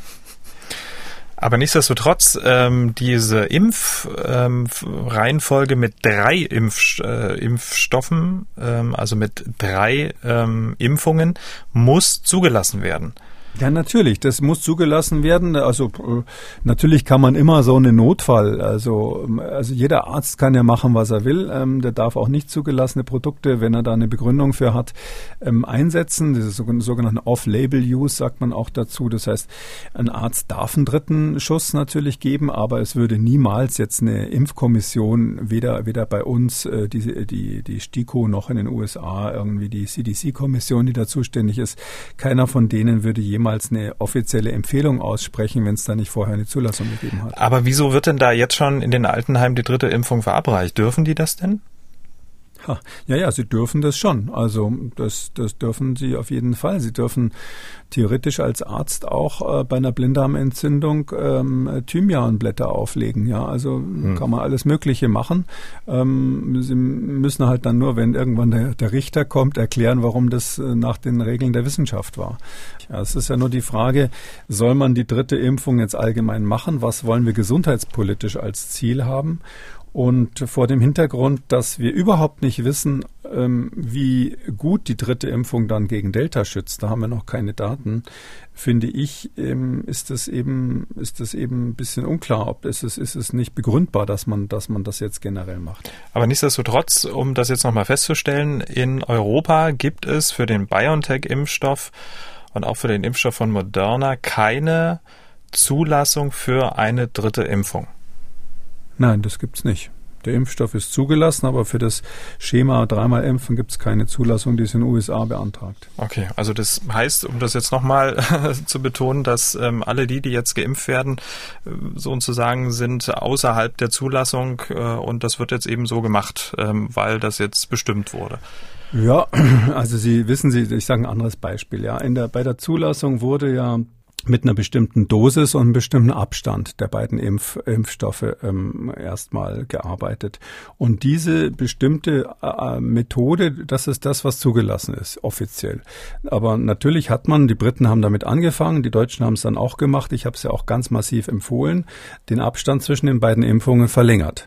[SPEAKER 2] Aber nichtsdestotrotz, ähm, diese Impfreihenfolge ähm, mit drei Impf, äh, Impfstoffen, ähm, also mit drei ähm, Impfungen, muss zugelassen werden.
[SPEAKER 3] Ja, natürlich, das muss zugelassen werden. Also äh, natürlich kann man immer so einen Notfall, also also jeder Arzt kann ja machen, was er will. Ähm, der darf auch nicht zugelassene Produkte, wenn er da eine Begründung für hat, ähm, einsetzen. Diese sogenannten Off-Label-Use sagt man auch dazu. Das heißt, ein Arzt darf einen dritten Schuss natürlich geben, aber es würde niemals jetzt eine Impfkommission, weder weder bei uns, äh, die die die STIKO noch in den U S A, irgendwie die C D C-Kommission, die da zuständig ist, keiner von denen würde jemals eine offizielle Empfehlung aussprechen, wenn es da nicht vorher eine Zulassung gegeben hat.
[SPEAKER 2] Aber wieso wird denn da jetzt schon in den Altenheimen die dritte Impfung verabreicht? Dürfen die das denn?
[SPEAKER 3] Ha, ja, ja, sie dürfen das schon. Also das, das dürfen sie auf jeden Fall. Sie dürfen theoretisch als Arzt auch äh, bei einer Blinddarmentzündung ähm, Thymianblätter auflegen. Ja, also hm. kann man alles Mögliche machen. Ähm, sie müssen halt dann nur, wenn irgendwann der, der Richter kommt, erklären, warum das äh, nach den Regeln der Wissenschaft war. Ja, es ist ja nur die Frage, soll man die dritte Impfung jetzt allgemein machen? Was wollen wir gesundheitspolitisch als Ziel haben? Und vor dem Hintergrund, dass wir überhaupt nicht wissen, ähm, wie gut die dritte Impfung dann gegen Delta schützt, da haben wir noch keine Daten, finde ich, ähm, ist es eben, ist es eben ein bisschen unklar, ob es ist, ist es nicht begründbar, dass man, dass man das jetzt generell macht.
[SPEAKER 2] Aber nichtsdestotrotz, um das jetzt nochmal festzustellen, in Europa gibt es für den BioNTech-Impfstoff und auch für den Impfstoff von Moderna keine Zulassung für eine dritte Impfung.
[SPEAKER 3] Nein, das gibt's nicht. Der Impfstoff ist zugelassen, aber für das Schema dreimal impfen gibt es keine Zulassung, die ist in den U S A beantragt.
[SPEAKER 2] Okay, also das heißt, um das jetzt nochmal zu betonen, dass ähm, alle die, die jetzt geimpft werden, äh, sozusagen sind außerhalb der Zulassung äh, und das wird jetzt eben so gemacht, ähm, weil das jetzt bestimmt wurde.
[SPEAKER 3] Ja, also Sie wissen Sie, ich sage ein anderes Beispiel. Ja, in der bei der Zulassung wurde ja mit einer bestimmten Dosis und einem bestimmten Abstand der beiden Impf, Impfstoffe ähm, erstmal gearbeitet. Und diese bestimmte äh, Methode, das ist das, was zugelassen ist, offiziell. Aber natürlich hat man, die Briten haben damit angefangen, die Deutschen haben es dann auch gemacht, ich habe es ja auch ganz massiv empfohlen, den Abstand zwischen den beiden Impfungen verlängert.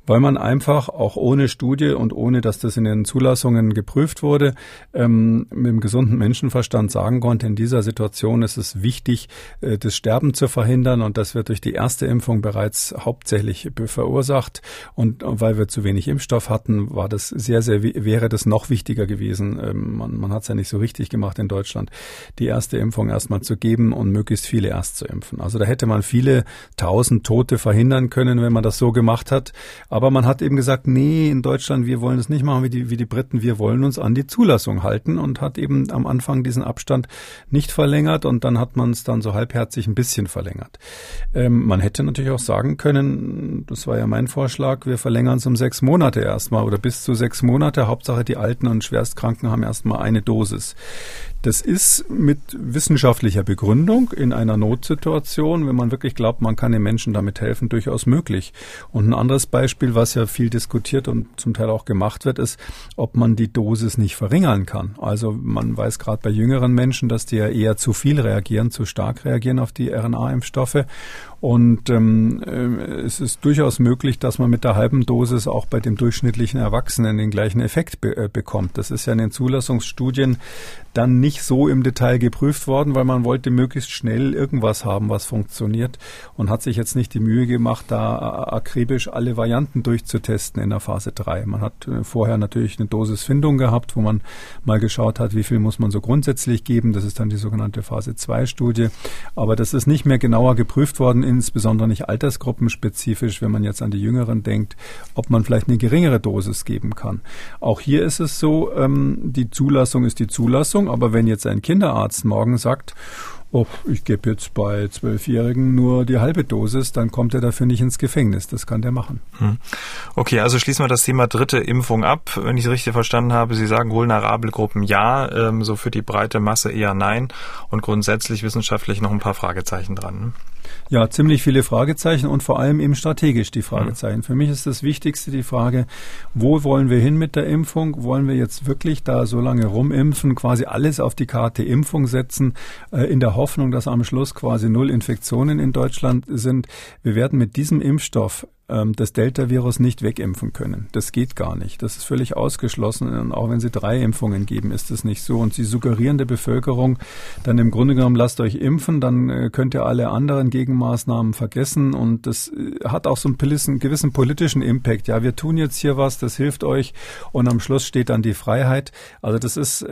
[SPEAKER 3] weil man einfach auch ohne Studie und ohne, dass das in den Zulassungen geprüft wurde, ähm, mit dem gesunden Menschenverstand sagen konnte, in dieser Situation ist es wichtig, äh, das Sterben zu verhindern, und das wird durch die erste Impfung bereits hauptsächlich verursacht, und weil wir zu wenig Impfstoff hatten, war das sehr, sehr, wäre das noch wichtiger gewesen. Ähm, man man hat es ja nicht so richtig gemacht in Deutschland, die erste Impfung erstmal zu geben und möglichst viele erst zu impfen. Also da hätte man viele tausend Tote verhindern können, wenn man das so gemacht hat. Aber man hat eben gesagt, nee, in Deutschland, wir wollen es nicht machen wie die, wie die Briten, wir wollen uns an die Zulassung halten, und hat eben am Anfang diesen Abstand nicht verlängert, und dann hat man es dann so halbherzig ein bisschen verlängert. Ähm, man hätte natürlich auch sagen können, das war ja mein Vorschlag, wir verlängern es um sechs Monate erstmal oder bis zu sechs Monate. Hauptsache die Alten und Schwerstkranken haben erstmal eine Dosis. Das ist mit wissenschaftlicher Begründung in einer Notsituation, wenn man wirklich glaubt, man kann den Menschen damit helfen, durchaus möglich. Und ein anderes Beispiel, was ja viel diskutiert und zum Teil auch gemacht wird, ist, ob man die Dosis nicht verringern kann. Also man weiß gerade bei jüngeren Menschen, dass die ja eher zu viel reagieren, zu stark reagieren auf die R N A-Impfstoffe. Und ähm, es ist durchaus möglich, dass man mit der halben Dosis auch bei dem durchschnittlichen Erwachsenen den gleichen Effekt be- äh, bekommt. Das ist ja in den Zulassungsstudien dann nicht so im Detail geprüft worden, weil man wollte möglichst schnell irgendwas haben, was funktioniert, und hat sich jetzt nicht die Mühe gemacht, da akribisch alle Varianten durchzutesten in der Phase drei. Man hat vorher natürlich eine Dosisfindung gehabt, wo man mal geschaut hat, wie viel muss man so grundsätzlich geben. Das ist dann die sogenannte Phase zwei Studie. Aber das ist nicht mehr genauer geprüft worden, insbesondere nicht altersgruppenspezifisch, wenn man jetzt an die Jüngeren denkt, ob man vielleicht eine geringere Dosis geben kann. Auch hier ist es so, ähm, die Zulassung ist die Zulassung, aber wenn jetzt ein Kinderarzt morgen sagt, oh, ich gebe jetzt bei Zwölfjährigen nur die halbe Dosis, dann kommt er dafür nicht ins Gefängnis. Das kann der machen.
[SPEAKER 2] Okay, also schließen wir das Thema dritte Impfung ab. Wenn ich es richtig verstanden habe, Sie sagen vulnerable Gruppen ja, ähm, so für die breite Masse eher nein, und grundsätzlich wissenschaftlich noch ein paar Fragezeichen dran. Ne?
[SPEAKER 3] Ja, ziemlich viele Fragezeichen, und vor allem eben strategisch die Fragezeichen. Mhm. Für mich ist das Wichtigste die Frage, wo wollen wir hin mit der Impfung? Wollen wir jetzt wirklich da so lange rumimpfen, quasi alles auf die Karte Impfung setzen, äh, in der Hoffnung, dass am Schluss quasi null Infektionen in Deutschland sind? Wir werden mit diesem Impfstoff das Delta-Virus nicht wegimpfen können. Das geht gar nicht. Das ist völlig ausgeschlossen. Und auch wenn Sie drei Impfungen geben, ist das nicht so. Und Sie suggerieren der Bevölkerung dann im Grunde genommen, lasst euch impfen, dann könnt ihr alle anderen Gegenmaßnahmen vergessen. Und das hat auch so einen gewissen politischen Impact. Ja, wir tun jetzt hier was, das hilft euch, und am Schluss steht dann die Freiheit. Also das ist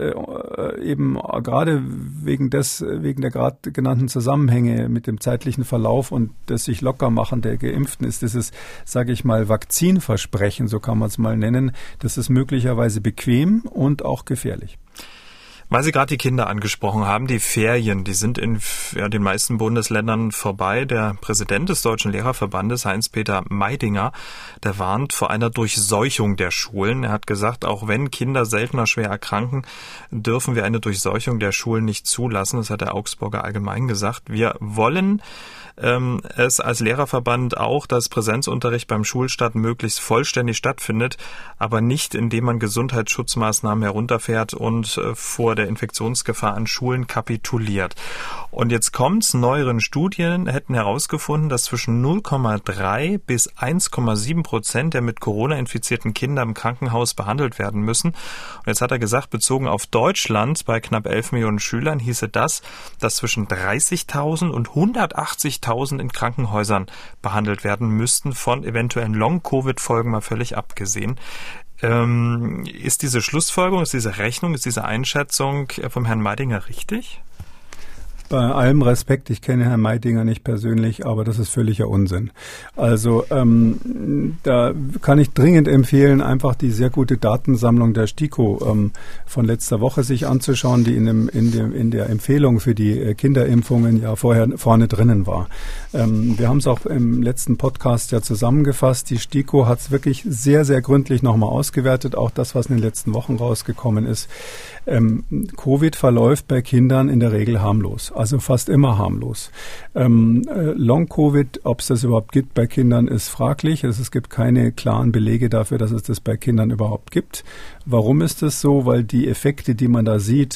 [SPEAKER 3] eben gerade wegen des, wegen der gerade genannten Zusammenhänge mit dem zeitlichen Verlauf und des sich locker machen der Geimpften ist dieses, sage ich mal, Vakzinversprechen, so kann man es mal nennen, das ist möglicherweise bequem und auch gefährlich.
[SPEAKER 2] Weil Sie gerade die Kinder angesprochen haben, die Ferien, die sind in ja, den meisten Bundesländern vorbei. Der Präsident des Deutschen Lehrerverbandes, Heinz-Peter Meidinger, der warnt vor einer Durchseuchung der Schulen. Er hat gesagt, auch wenn Kinder seltener schwer erkranken, dürfen wir eine Durchseuchung der Schulen nicht zulassen. Das hat der Augsburger Allgemein gesagt. Wir wollen ähm, es als Lehrerverband auch, dass Präsenzunterricht beim Schulstart möglichst vollständig stattfindet, aber nicht, indem man Gesundheitsschutzmaßnahmen herunterfährt und äh, vor der Infektionsgefahr an Schulen kapituliert. Und jetzt kommt's, neueren Studien hätten herausgefunden, dass zwischen null Komma drei bis eins Komma sieben Prozent der mit Corona infizierten Kinder im Krankenhaus behandelt werden müssen. Und jetzt hat er gesagt, bezogen auf Deutschland bei knapp elf Millionen Schülern hieße das, dass zwischen dreißigtausend und hundertachtzigtausend in Krankenhäusern behandelt werden müssten, von eventuellen Long-Covid-Folgen mal völlig abgesehen. Ähm, ist diese Schlussfolgerung, ist diese Rechnung, ist diese Einschätzung vom Herrn Meidinger richtig?
[SPEAKER 3] Bei allem Respekt, ich kenne Herrn Meidinger nicht persönlich, aber das ist völliger Unsinn. Also ähm, da kann ich dringend empfehlen, einfach die sehr gute Datensammlung der STIKO ähm, von letzter Woche sich anzuschauen, die in, dem, in, dem, in der Empfehlung für die äh, Kinderimpfungen ja vorher vorne drinnen war. Ähm, wir haben es auch im letzten Podcast ja zusammengefasst. Die STIKO hat es wirklich sehr, sehr gründlich nochmal ausgewertet, auch das, was in den letzten Wochen rausgekommen ist. Ähm, Covid verläuft bei Kindern in der Regel harmlos. Also fast immer harmlos. Ähm, äh, Long-Covid, ob es das überhaupt gibt bei Kindern, ist fraglich. Also es gibt keine klaren Belege dafür, dass es das bei Kindern überhaupt gibt. Warum ist das so? Weil die Effekte, die man da sieht,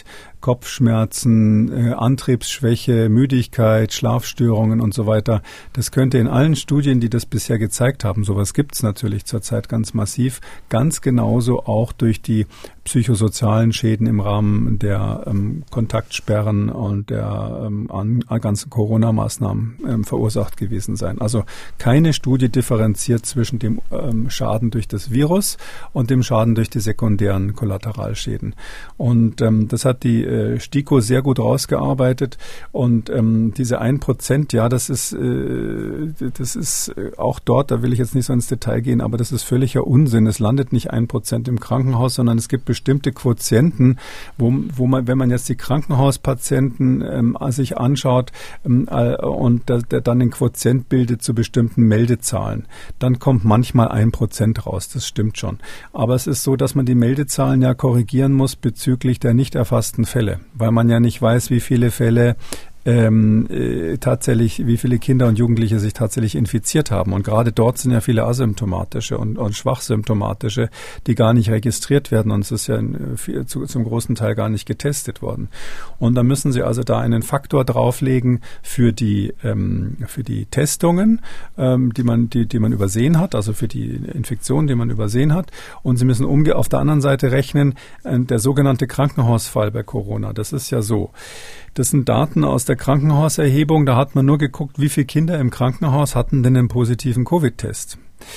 [SPEAKER 3] Kopfschmerzen, äh, Antriebsschwäche, Müdigkeit, Schlafstörungen und so weiter. Das könnte in allen Studien, die das bisher gezeigt haben, sowas gibt es natürlich zurzeit ganz massiv, ganz genauso auch durch die psychosozialen Schäden im Rahmen der ähm, Kontaktsperren und der ähm, an, an ganzen Corona-Maßnahmen ähm, verursacht gewesen sein. Also keine Studie differenziert zwischen dem ähm, Schaden durch das Virus und dem Schaden durch die sekundären Kollateralschäden. Und ähm, das hat die äh, STIKO sehr gut rausgearbeitet. Und ähm, diese ein Prozent, ja, das ist, äh, das ist auch dort, da will ich jetzt nicht so ins Detail gehen, aber das ist völliger Unsinn. Es landet nicht ein Prozent im Krankenhaus, sondern es gibt bestimmte Quotienten, wo, wo man, wenn man jetzt die Krankenhauspatienten ähm, sich anschaut ähm, äh, und da, der dann den Quotient bildet zu bestimmten Meldezahlen, dann kommt manchmal ein Prozent raus. Das stimmt schon. Aber es ist so, dass man die Meldezahlen ja korrigieren muss bezüglich der nicht erfassten Fälle, weil man ja nicht weiß, wie viele Fälle Ähm, äh, tatsächlich, wie viele Kinder und Jugendliche sich tatsächlich infiziert haben. Und gerade dort sind ja viele asymptomatische und, und schwachsymptomatische, die gar nicht registriert werden. Und es ist ja in, viel, zu, zum großen Teil gar nicht getestet worden. Und da müssen Sie also da einen Faktor drauflegen für die, ähm, für die Testungen, ähm, die man, die, die man übersehen hat, also für die Infektionen, die man übersehen hat. Und Sie müssen umge- auf der anderen Seite rechnen, äh, der sogenannte Krankenhausfall bei Corona. Das ist ja so. Das sind Daten aus der Krankenhauserhebung. Da hat man nur geguckt, wie viele Kinder im Krankenhaus hatten denn einen positiven Covid-Test.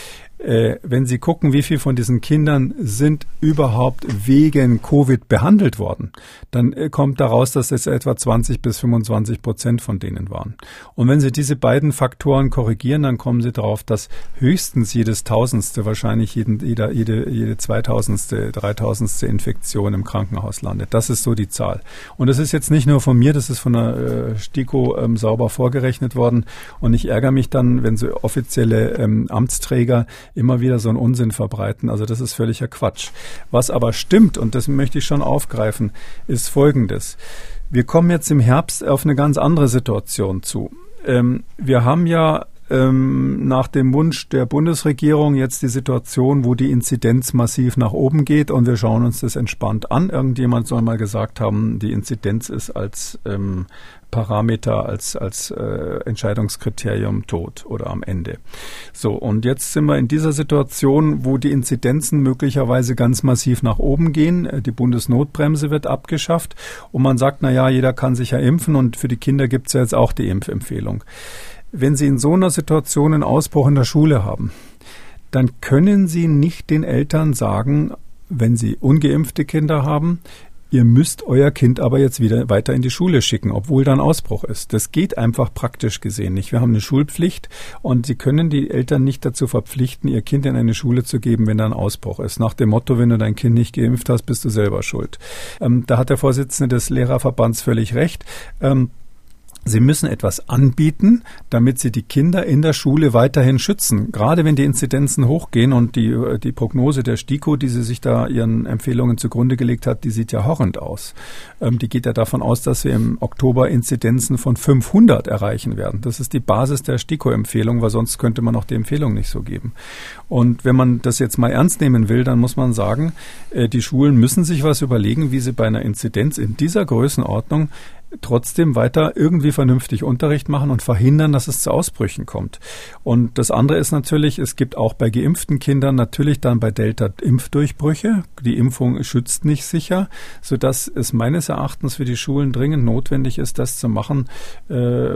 [SPEAKER 3] Äh, wenn Sie gucken, wie viele von diesen Kindern sind überhaupt wegen Covid behandelt worden, dann äh, kommt daraus, dass es etwa zwanzig bis fünfundzwanzig Prozent von denen waren. Und wenn Sie diese beiden Faktoren korrigieren, dann kommen Sie darauf, dass höchstens jedes Tausendste, wahrscheinlich jeden, jeder, jede, jede Zweitausendste, Dreitausendste Infektion im Krankenhaus landet. Das ist so die Zahl. Und das ist jetzt nicht nur von mir, das ist von der äh, STIKO ähm, sauber vorgerechnet worden. Und ich ärgere mich dann, wenn so offizielle ähm, Amtsträger immer wieder so einen Unsinn verbreiten. Also das ist völliger Quatsch. Was aber stimmt, und das möchte ich schon aufgreifen, ist Folgendes. Wir kommen jetzt im Herbst auf eine ganz andere Situation zu. Ähm, wir haben ja ähm, nach dem Wunsch der Bundesregierung jetzt die Situation, wo die Inzidenz massiv nach oben geht und wir schauen uns das entspannt an. Irgendjemand soll mal gesagt haben, die Inzidenz ist als ähm, Parameter, als, als äh, Entscheidungskriterium tot oder am Ende. So, und jetzt sind wir in dieser Situation, wo die Inzidenzen möglicherweise ganz massiv nach oben gehen. Die Bundesnotbremse wird abgeschafft und man sagt, na ja, jeder kann sich ja impfen und für die Kinder gibt es ja jetzt auch die Impfempfehlung. Wenn Sie in so einer Situation einen Ausbruch in der Schule haben, dann können Sie nicht den Eltern sagen, wenn Sie ungeimpfte Kinder haben, ihr müsst euer Kind aber jetzt wieder weiter in die Schule schicken, obwohl da ein Ausbruch ist. Das geht einfach praktisch gesehen nicht. Wir haben eine Schulpflicht und Sie können die Eltern nicht dazu verpflichten, ihr Kind in eine Schule zu geben, wenn da ein Ausbruch ist. Nach dem Motto, wenn du dein Kind nicht geimpft hast, bist du selber schuld. Ähm, da hat der Vorsitzende des Lehrerverbands völlig recht. Ähm, Sie müssen etwas anbieten, damit Sie die Kinder in der Schule weiterhin schützen. Gerade wenn die Inzidenzen hochgehen und die, die Prognose der STIKO, die sie sich da ihren Empfehlungen zugrunde gelegt hat, die sieht ja horrend aus. Ähm, die geht ja davon aus, dass wir im Oktober Inzidenzen von fünfhundert erreichen werden. Das ist die Basis der STIKO-Empfehlung, weil sonst könnte man auch die Empfehlung nicht so geben. Und wenn man das jetzt mal ernst nehmen will, dann muss man sagen, äh, die Schulen müssen sich was überlegen, wie sie bei einer Inzidenz in dieser Größenordnung trotzdem weiter irgendwie vernünftig Unterricht machen und verhindern, dass es zu Ausbrüchen kommt. Und das andere ist natürlich, es gibt auch bei geimpften Kindern natürlich dann bei Delta Impfdurchbrüche. Die Impfung schützt nicht sicher, sodass es meines Erachtens für die Schulen dringend notwendig ist, das zu machen, äh,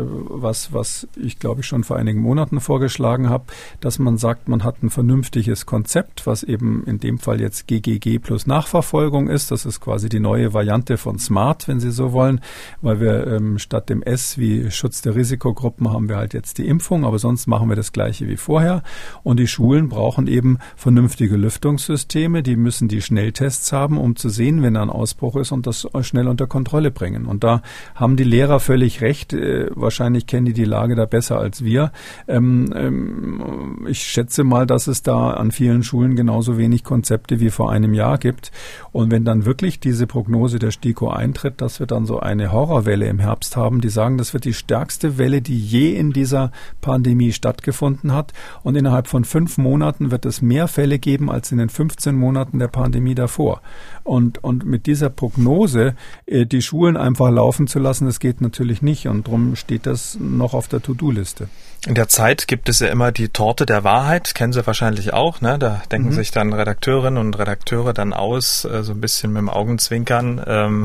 [SPEAKER 3] was, was ich glaube ich schon vor einigen Monaten vorgeschlagen habe, dass man sagt, man hat ein vernünftiges Konzept, was eben in dem Fall jetzt G G G plus Nachverfolgung ist. Das ist quasi die neue Variante von SMART, wenn Sie so wollen, weil wir ähm, statt dem S wie Schutz der Risikogruppen haben wir halt jetzt die Impfung, aber sonst machen wir das Gleiche wie vorher. Und die Schulen brauchen eben vernünftige Lüftungssysteme, die müssen die Schnelltests haben, um zu sehen, wenn da ein Ausbruch ist und das schnell unter Kontrolle bringen. Und da haben die Lehrer völlig recht. Äh, wahrscheinlich kennen die die Lage da besser als wir. Ähm, ähm, ich schätze mal, dass es da an vielen Schulen genauso wenig Konzepte wie vor einem Jahr gibt. Und wenn dann wirklich diese Prognose der STIKO eintritt, dass wir dann so eine Horror Horrorwelle im Herbst haben. Die sagen, das wird die stärkste Welle, die je in dieser Pandemie stattgefunden hat. Und innerhalb von fünf Monaten wird es mehr Fälle geben als in den fünfzehn Monaten der Pandemie davor. Und, und mit dieser Prognose, äh, die Schulen einfach laufen zu lassen, das geht natürlich nicht. Und darum steht das noch auf der To-Do-Liste.
[SPEAKER 2] In der Zeit gibt es ja immer die Torte der Wahrheit, kennen Sie wahrscheinlich auch, ne? Da denken mhm. sich dann Redakteurinnen und Redakteure dann aus, äh, so ein bisschen mit dem Augenzwinkern, ähm,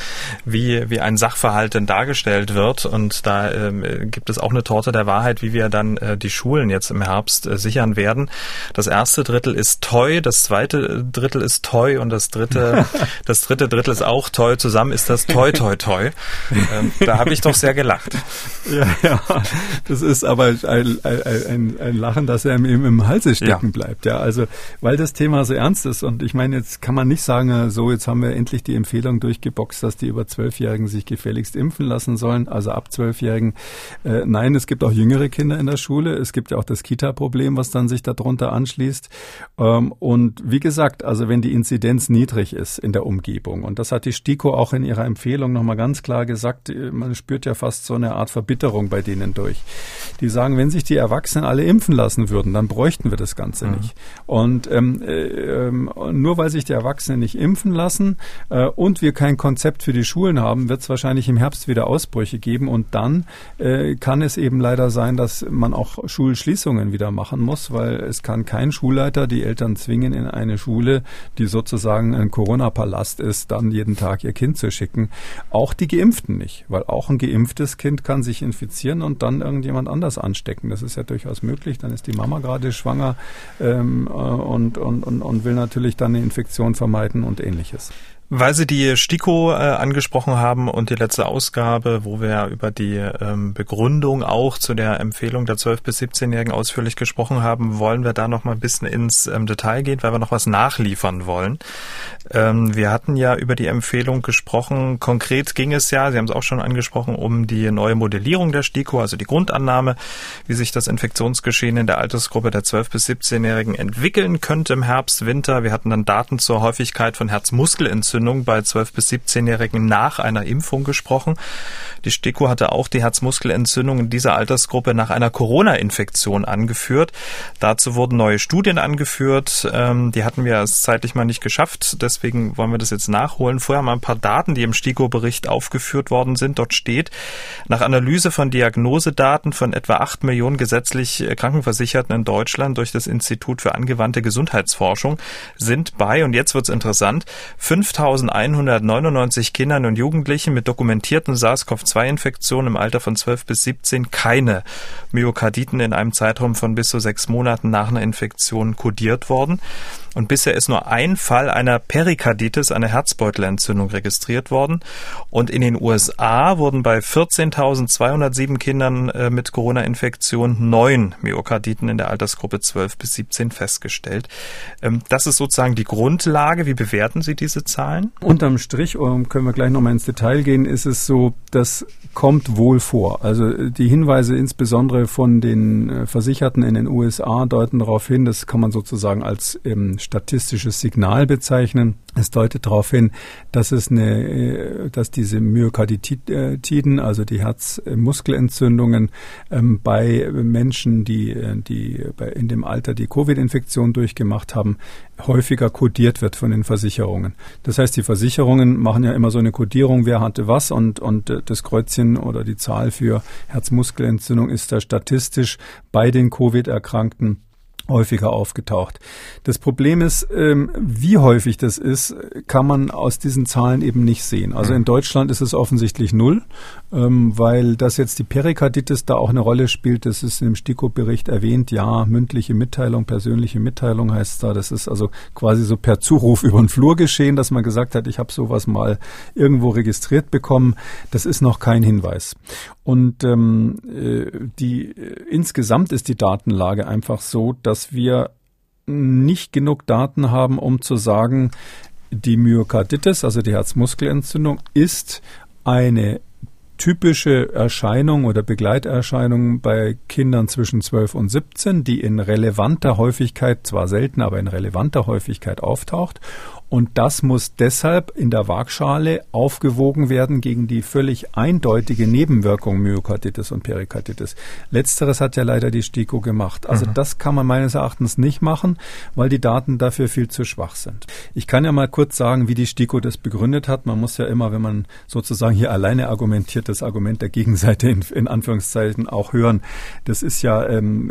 [SPEAKER 2] wie wie ein Sachverhalt denn dargestellt wird. Und da ähm, gibt es auch eine Torte der Wahrheit, wie wir dann äh, die Schulen jetzt im Herbst äh, sichern werden. Das erste Drittel ist Toi, das zweite Drittel ist Toi und das dritte das dritte Drittel ist auch Toi. Zusammen ist das Toi, Toi, Toi. Ähm, da habe ich doch sehr gelacht.
[SPEAKER 3] Ja, ja, das ist aber Ein, ein, ein, ein Lachen, das einem im, im Halse stecken ja. bleibt. Ja, also, weil das Thema so ernst ist. Und ich meine, jetzt kann man nicht sagen, so, jetzt haben wir endlich die Empfehlung durchgeboxt, dass die über Zwölfjährigen sich gefälligst impfen lassen sollen, also ab Zwölfjährigen. Äh, nein, es gibt auch jüngere Kinder in der Schule. Es gibt ja auch das Kita-Problem, was dann sich darunter anschließt. Ähm, und wie gesagt, also wenn die Inzidenz niedrig ist in der Umgebung, und das hat die STIKO auch in ihrer Empfehlung nochmal ganz klar gesagt, man spürt ja fast so eine Art Verbitterung bei denen durch. Die sagen, wenn sich die Erwachsenen alle impfen lassen würden, dann bräuchten wir das Ganze mhm. nicht. Und ähm, äh, nur weil sich die Erwachsenen nicht impfen lassen äh, und wir kein Konzept für die Schulen haben, wird es wahrscheinlich im Herbst wieder Ausbrüche geben. Und dann äh, kann es eben leider sein, dass man auch Schulschließungen wieder machen muss, weil es kann kein Schulleiter die Eltern zwingen, in eine Schule, die sozusagen ein Corona-Palast ist, dann jeden Tag ihr Kind zu schicken. Auch die Geimpften nicht, weil auch ein geimpftes Kind kann sich infizieren und dann irgendjemand anders anstecken. Das ist ja durchaus möglich. Dann ist die Mama gerade schwanger ähm, und, und, und, und will natürlich dann eine Infektion vermeiden und Ähnliches.
[SPEAKER 2] Weil Sie die STIKO äh, angesprochen haben und die letzte Ausgabe, wo wir über die ähm, Begründung auch zu der Empfehlung der zwölf- bis siebzehnjährigen ausführlich gesprochen haben, wollen wir da noch mal ein bisschen ins ähm, Detail gehen, weil wir noch was nachliefern wollen. Ähm, wir hatten ja über die Empfehlung gesprochen. Konkret ging es ja, Sie haben es auch schon angesprochen, um die neue Modellierung der STIKO, also die Grundannahme, wie sich das Infektionsgeschehen in der Altersgruppe der zwölf- bis siebzehnjährigen entwickeln könnte im Herbst, Winter. Wir hatten dann Daten zur Häufigkeit von Herzmuskelentzündungen bei zwölf- bis siebzehnjährigen nach einer Impfung gesprochen. Die STIKO hatte auch die Herzmuskelentzündung in dieser Altersgruppe nach einer Corona-Infektion angeführt. Dazu wurden neue Studien angeführt. Ähm, die hatten wir es zeitlich mal nicht geschafft. Deswegen wollen wir das jetzt nachholen. Vorher mal ein paar Daten, die im STIKO-Bericht aufgeführt worden sind. Dort steht, nach Analyse von Diagnosedaten von etwa acht Millionen gesetzlich Krankenversicherten in Deutschland durch das Institut für angewandte Gesundheitsforschung sind bei, und jetzt wird es interessant, fünftausendeinhundertneunundneunzig Kindern und Jugendlichen mit dokumentierten SARS-CoV zwei Infektionen im Alter von zwölf bis siebzehn keine Myokarditen in einem Zeitraum von bis zu sechs Monaten nach einer Infektion kodiert worden. Und bisher ist nur ein Fall einer Perikarditis, einer Herzbeutelentzündung, registriert worden. Und in den U S A wurden bei vierzehntausendzweihundertsieben Kindern äh, mit Corona-Infektion neun Myokarditen in der Altersgruppe zwölf bis siebzehn festgestellt. Ähm, das ist sozusagen die Grundlage. Wie bewerten Sie diese Zahlen?
[SPEAKER 3] Unterm Strich, um, können wir gleich nochmal ins Detail gehen, ist es so, das kommt wohl vor. Also die Hinweise insbesondere von den äh, Versicherten in den U S A deuten darauf hin, das kann man sozusagen als ähm, statistisches Signal bezeichnen. Es deutet darauf hin, dass es eine, dass diese Myokarditiden, also die Herzmuskelentzündungen, ähm, bei Menschen, die, die bei, in dem Alter die Covid-Infektion durchgemacht haben, häufiger kodiert wird von den Versicherungen. Das heißt, die Versicherungen machen ja immer so eine Kodierung, wer hatte was, und, und das Kreuzchen oder die Zahl für Herzmuskelentzündung ist da statistisch bei den Covid-Erkrankten häufiger aufgetaucht. Das Problem ist, ähm, wie häufig das ist, kann man aus diesen Zahlen eben nicht sehen. Also in Deutschland ist es offensichtlich null, ähm, weil das jetzt die Perikarditis da auch eine Rolle spielt. Das ist im STIKO-Bericht erwähnt. Ja, mündliche Mitteilung, persönliche Mitteilung heißt da. Das ist also quasi so per Zuruf über den Flur geschehen, dass man gesagt hat, ich habe sowas mal irgendwo registriert bekommen. Das ist noch kein Hinweis. Und ähm, die äh, insgesamt ist die Datenlage einfach so, dass wir nicht genug Daten haben, um zu sagen, die Myokarditis, also die Herzmuskelentzündung, ist eine typische Erscheinung oder Begleiterscheinung bei Kindern zwischen zwölf und siebzehn, die in relevanter Häufigkeit, zwar selten, aber in relevanter Häufigkeit auftaucht. Und das muss deshalb in der Waagschale aufgewogen werden gegen die völlig eindeutige Nebenwirkung Myokarditis und Perikarditis. Letzteres hat ja leider die STIKO gemacht. Also mhm. das kann man meines Erachtens nicht machen, weil die Daten dafür viel zu schwach sind. Ich kann ja mal kurz sagen, wie die STIKO das begründet hat. Man muss ja immer, wenn man sozusagen hier alleine argumentiert, das Argument der Gegenseite in, in Anführungszeichen auch hören. Das ist ja ähm,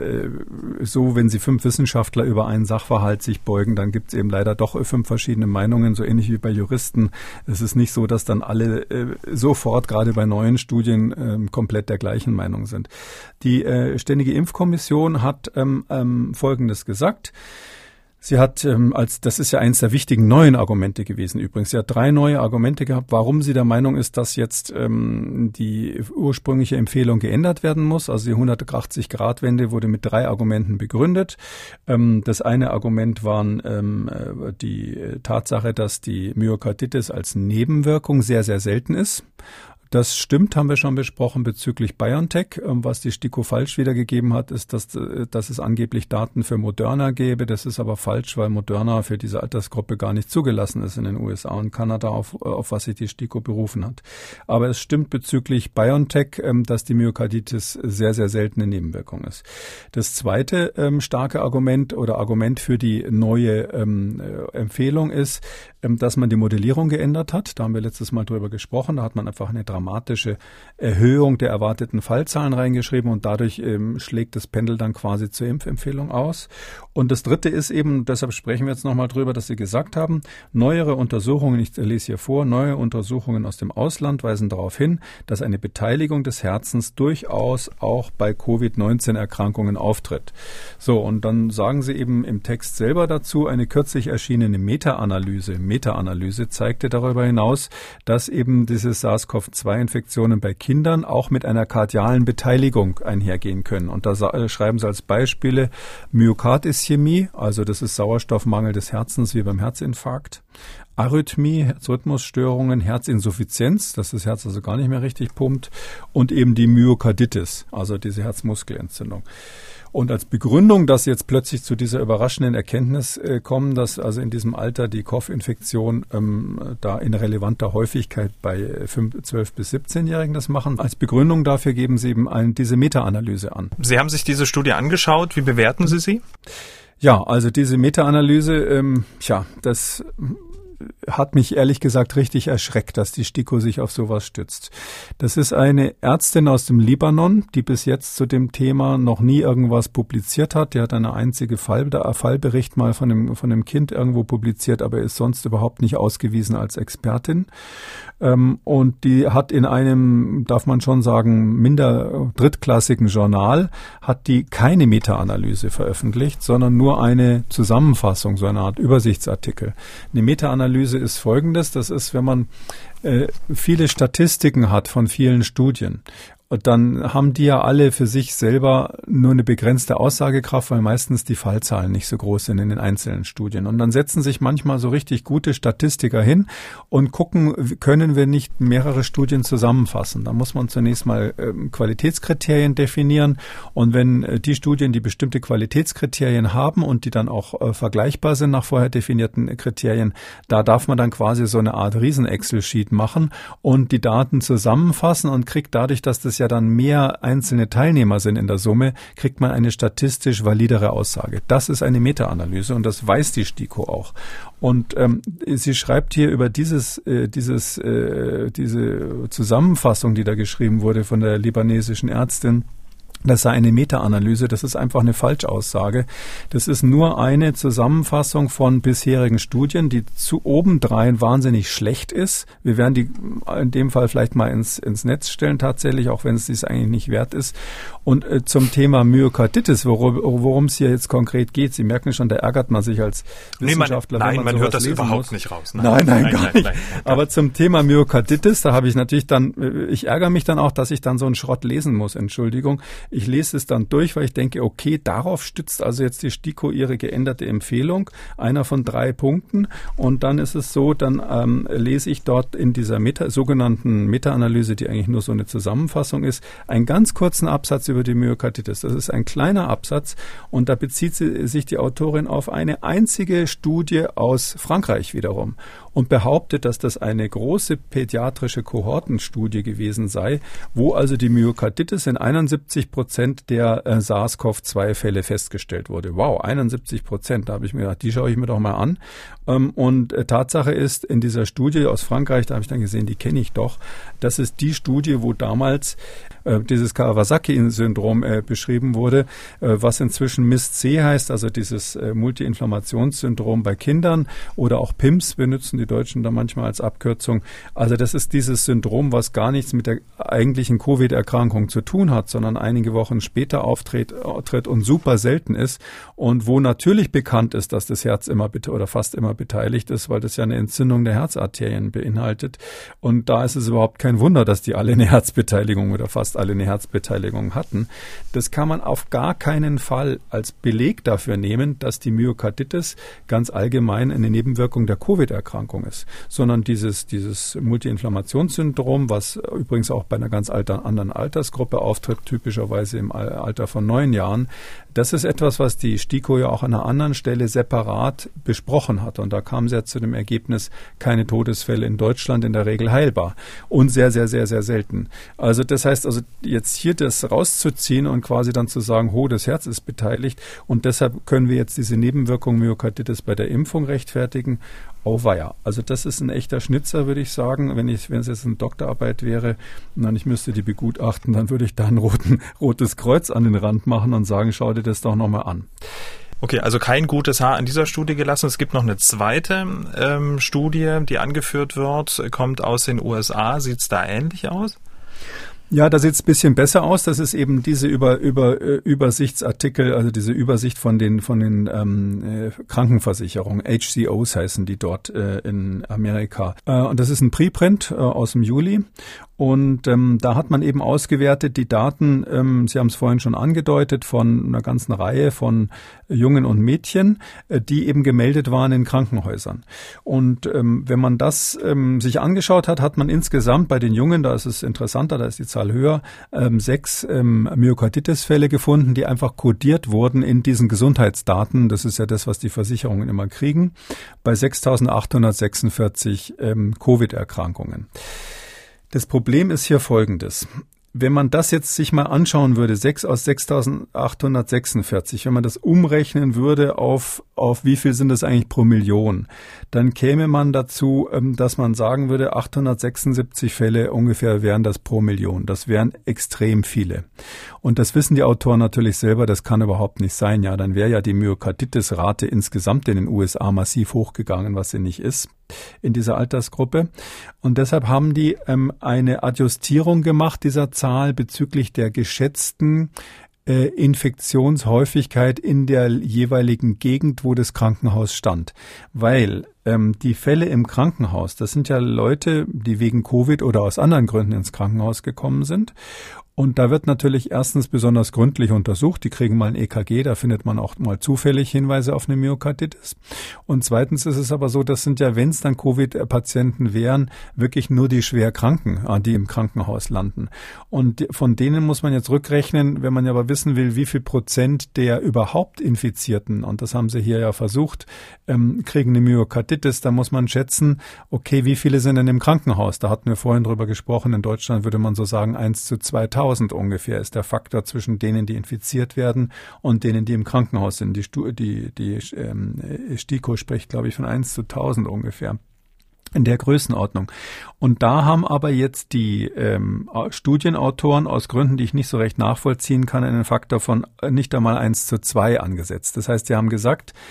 [SPEAKER 3] so, wenn Sie fünf Wissenschaftler über einen Sachverhalt sich beugen, dann gibt es eben leider doch fünf verschiedene Meinungen, so ähnlich wie bei Juristen. Es ist nicht so, dass dann alle äh, sofort, gerade bei neuen Studien, äh, komplett der gleichen Meinung sind. Die äh, Ständige Impfkommission hat ähm, ähm, Folgendes gesagt. Sie hat, ähm, als das ist ja eines der wichtigen neuen Argumente gewesen übrigens, sie hat drei neue Argumente gehabt, warum sie der Meinung ist, dass jetzt ähm, die ursprüngliche Empfehlung geändert werden muss. Also die hundertachtzig-Grad-Wende wurde mit drei Argumenten begründet. Ähm, das eine Argument waren ähm, die Tatsache, dass die Myokarditis als Nebenwirkung sehr, sehr selten ist. Das stimmt, haben wir schon besprochen bezüglich BioNTech. Was die STIKO falsch wiedergegeben hat, ist, dass, dass es angeblich Daten für Moderna gäbe. Das ist aber falsch, weil Moderna für diese Altersgruppe gar nicht zugelassen ist in den U S A und Kanada, auf, auf was sich die STIKO berufen hat. Aber es stimmt bezüglich BioNTech, dass die Myokarditis sehr, sehr seltene Nebenwirkung ist. Das zweite ähm, starke Argument oder Argument für die neue ähm, Empfehlung ist, ähm, dass man die Modellierung geändert hat. Da haben wir letztes Mal drüber gesprochen. Da hat man einfach eine dramatische Erhöhung der erwarteten Fallzahlen reingeschrieben und dadurch ähm, schlägt das Pendel dann quasi zur Impfempfehlung aus. Und das Dritte ist eben, deshalb sprechen wir jetzt nochmal drüber, dass Sie gesagt haben, neuere Untersuchungen, ich lese hier vor, neue Untersuchungen aus dem Ausland weisen darauf hin, dass eine Beteiligung des Herzens durchaus auch bei Covid neunzehn Erkrankungen auftritt. So, und dann sagen Sie eben im Text selber dazu, eine kürzlich erschienene Meta-Analyse, Meta-Analyse zeigte darüber hinaus, dass eben diese SARS-CoV zwei Infektionen bei Kindern auch mit einer kardialen Beteiligung einhergehen können. Und da sa- schreiben Sie als Beispiele Myokardischämie, also das ist Sauerstoffmangel des Herzens wie beim Herzinfarkt, Arrhythmie, Herzrhythmusstörungen, Herzinsuffizienz, dass das Herz also gar nicht mehr richtig pumpt, und eben die Myokarditis, also diese Herzmuskelentzündung. Und als Begründung, dass jetzt plötzlich zu dieser überraschenden Erkenntnis äh, kommen, dass also in diesem Alter die Kopfinfektion ähm, da in relevanter Häufigkeit bei zwölf- bis siebzehnjährigen das machen, als Begründung dafür geben Sie eben ein, diese Meta-Analyse an.
[SPEAKER 2] Sie haben sich diese Studie angeschaut. Wie bewerten Sie sie?
[SPEAKER 3] Ja, also diese Meta-Analyse, ähm, tja, das hat mich ehrlich gesagt richtig erschreckt, dass die STIKO sich auf sowas stützt. Das ist eine Ärztin aus dem Libanon, die bis jetzt zu dem Thema noch nie irgendwas publiziert hat. Die hat eine einzige Fall, der Fallbericht mal von dem, von dem Kind irgendwo publiziert, aber ist sonst überhaupt nicht ausgewiesen als Expertin. Ähm, und die hat in einem, darf man schon sagen, minder drittklassigen Journal, hat die keine Meta-Analyse veröffentlicht, sondern nur eine Zusammenfassung, so eine Art Übersichtsartikel. Eine Meta-Analyse ist folgendes, das ist, wenn man äh, viele Statistiken hat von vielen Studien, dann haben die ja alle für sich selber nur eine begrenzte Aussagekraft, weil meistens die Fallzahlen nicht so groß sind in den einzelnen Studien. Und dann setzen sich manchmal so richtig gute Statistiker hin und gucken, können wir nicht mehrere Studien zusammenfassen. Da muss man zunächst mal äh, Qualitätskriterien definieren. Und wenn äh, die Studien, die bestimmte Qualitätskriterien haben und die dann auch äh, vergleichbar sind nach vorher definierten Kriterien, da darf man dann quasi so eine Art Riesen-Excel-Sheet machen und die Daten zusammenfassen und kriegt dadurch, dass das ja dann mehr einzelne Teilnehmer sind in der Summe, kriegt man eine statistisch validere Aussage. Das ist eine Meta-Analyse und das weiß die STIKO auch. Und ähm, sie schreibt hier über dieses, äh, dieses, äh, diese Zusammenfassung, die da geschrieben wurde von der libanesischen Ärztin, das sei eine Meta-Analyse, das ist einfach eine Falschaussage. Das ist nur eine Zusammenfassung von bisherigen Studien, die zu obendrein wahnsinnig schlecht ist. Wir werden die in dem Fall vielleicht mal ins, ins Netz stellen tatsächlich, auch wenn es dies eigentlich nicht wert ist. Und äh, zum Thema Myokarditis, worum es hier jetzt konkret geht, Sie merken schon, da ärgert man sich als Wissenschaftler.
[SPEAKER 2] Nee, man, nein,
[SPEAKER 3] man
[SPEAKER 2] man hört das überhaupt
[SPEAKER 3] muss.
[SPEAKER 2] nicht raus.
[SPEAKER 3] Nein, nein, nein,
[SPEAKER 2] nein
[SPEAKER 3] gar
[SPEAKER 2] nein,
[SPEAKER 3] nicht.
[SPEAKER 2] Nein, nein,
[SPEAKER 3] Aber zum Thema Myokarditis, da habe ich natürlich dann, ich ärgere mich dann auch, dass ich dann so einen Schrott lesen muss, Entschuldigung. Ich lese es dann durch, weil ich denke, okay, darauf stützt also jetzt die STIKO ihre geänderte Empfehlung, einer von drei Punkten. Und dann ist es so, dann ähm, lese ich dort in dieser Meta, sogenannten Meta-Analyse, die eigentlich nur so eine Zusammenfassung ist, einen ganz kurzen Absatz über die Myokarditis. Das ist ein kleiner Absatz und da bezieht sie, sich die Autorin auf eine einzige Studie aus Frankreich wiederum und behauptet, dass das eine große pädiatrische Kohortenstudie gewesen sei, wo also die Myokarditis in einundsiebzig Prozent der äh, SARS-C o V zwei Fälle festgestellt wurde. Wow, einundsiebzig Prozent, da habe ich mir gedacht, die schaue ich mir doch mal an. Ähm, und äh, Tatsache ist, in dieser Studie aus Frankreich, da habe ich dann gesehen, die kenne ich doch, das ist die Studie, wo damals äh, dieses Kawasaki-Syndrom äh, beschrieben wurde, äh, was inzwischen M I S-C heißt, also dieses äh, Multi-Inflammationssyndrom bei Kindern oder auch P I M S benutzen die Deutschen da manchmal als Abkürzung. Also das ist dieses Syndrom, was gar nichts mit der eigentlichen Covid-Erkrankung zu tun hat, sondern einige Wochen später auftritt tritt und super selten ist und wo natürlich bekannt ist, dass das Herz immer oder fast immer beteiligt ist, weil das ja eine Entzündung der Herzarterien beinhaltet. Und da ist es überhaupt kein Wunder, dass die alle eine Herzbeteiligung oder fast alle eine Herzbeteiligung hatten. Das kann man auf gar keinen Fall als Beleg dafür nehmen, dass die Myokarditis ganz allgemein eine Nebenwirkung der Covid-Erkrankung ist, sondern dieses, dieses Multi-Inflammationssyndrom, was übrigens auch bei einer ganz alter, anderen Altersgruppe auftritt, typischerweise im Alter von neun Jahren, das ist etwas, was die STIKO ja auch an einer anderen Stelle separat besprochen hat. Und da kam sie ja zu dem Ergebnis, keine Todesfälle in Deutschland, in der Regel heilbar. Und sehr, sehr, sehr, sehr selten. Also das heißt, also jetzt hier das rauszuziehen und quasi dann zu sagen, oh, das Herz ist beteiligt und deshalb können wir jetzt diese Nebenwirkung Myokarditis bei der Impfung rechtfertigen. Oh weia. Also das ist ein echter Schnitzer, würde ich sagen. Wenn ich, wenn es jetzt eine Doktorarbeit wäre und dann ich müsste die begutachten, dann würde ich da ein roten, rotes Kreuz an den Rand machen und sagen, schau dir das doch nochmal an.
[SPEAKER 2] Okay, also kein gutes Haar an dieser Studie gelassen. Es gibt noch eine zweite ähm, Studie, die angeführt wird, kommt aus den U S A. Sieht es da ähnlich aus?
[SPEAKER 3] Ja, da sieht es ein bisschen besser aus. Das ist eben diese über, über, Übersichtsartikel, also diese Übersicht von den, von den ähm, Krankenversicherungen. H C Os heißen die dort äh, in Amerika. Äh, und das ist ein Preprint äh, aus dem Juli. Und ähm, da hat man eben ausgewertet die Daten, ähm, Sie haben es vorhin schon angedeutet, von einer ganzen Reihe von Jungen und Mädchen, äh, die eben gemeldet waren in Krankenhäusern. Und ähm, wenn man das ähm, sich angeschaut hat, hat man insgesamt bei den Jungen, da ist es interessanter, da ist die Zahl höher, ähm, sechs ähm, Myokarditis-Fälle gefunden, die einfach kodiert wurden in diesen Gesundheitsdaten. Das ist ja das, was die Versicherungen immer kriegen, bei sechstausendachthundertsechsundvierzig ähm, Covid-Erkrankungen. Das Problem ist hier folgendes. Wenn man das jetzt sich mal anschauen würde, sechs aus sechstausendachthundertsechsundvierzig, wenn man das umrechnen würde auf, auf wie viel sind das eigentlich pro Million, dann käme man dazu, dass man sagen würde, achthundertsechsundsiebzig Fälle ungefähr wären das pro Million. Das wären extrem viele. Und das wissen die Autoren natürlich selber, das kann überhaupt nicht sein. Ja, dann wäre ja die Myokarditis-Rate insgesamt in den U S A massiv hochgegangen, was sie nicht ist in dieser Altersgruppe. Und deshalb haben die ähm, eine Adjustierung gemacht dieser Zahl bezüglich der geschätzten äh, Infektionshäufigkeit in der jeweiligen Gegend, wo das Krankenhaus stand. Weil ähm, die Fälle im Krankenhaus, das sind ja Leute, die wegen Covid oder aus anderen Gründen ins Krankenhaus gekommen sind. Und da wird natürlich erstens besonders gründlich untersucht. Die kriegen mal ein E K G, da findet man auch mal zufällig Hinweise auf eine Myokarditis. Und zweitens ist es aber so, das sind ja, wenn es dann Covid-Patienten wären, wirklich nur die schwer Kranken, die im Krankenhaus landen. Und von denen muss man jetzt rückrechnen, wenn man ja aber wissen will, wie viel Prozent der überhaupt Infizierten, und das haben sie hier ja versucht, ähm, kriegen eine Myokarditis, da muss man schätzen, okay, wie viele sind denn im Krankenhaus? Da hatten wir vorhin drüber gesprochen, in Deutschland würde man so sagen, eins zu zweitausend ungefähr ist der Faktor zwischen denen, die infiziert werden und denen, die im Krankenhaus sind. Die, Stu- die, die ähm, STIKO spricht, glaube ich, von eins zu tausend ungefähr. In der Größenordnung. Und da haben aber jetzt die ähm, Studienautoren aus Gründen, die ich nicht so recht nachvollziehen kann, einen Faktor von nicht einmal eins zu zwei angesetzt. Das heißt, sie haben gesagt,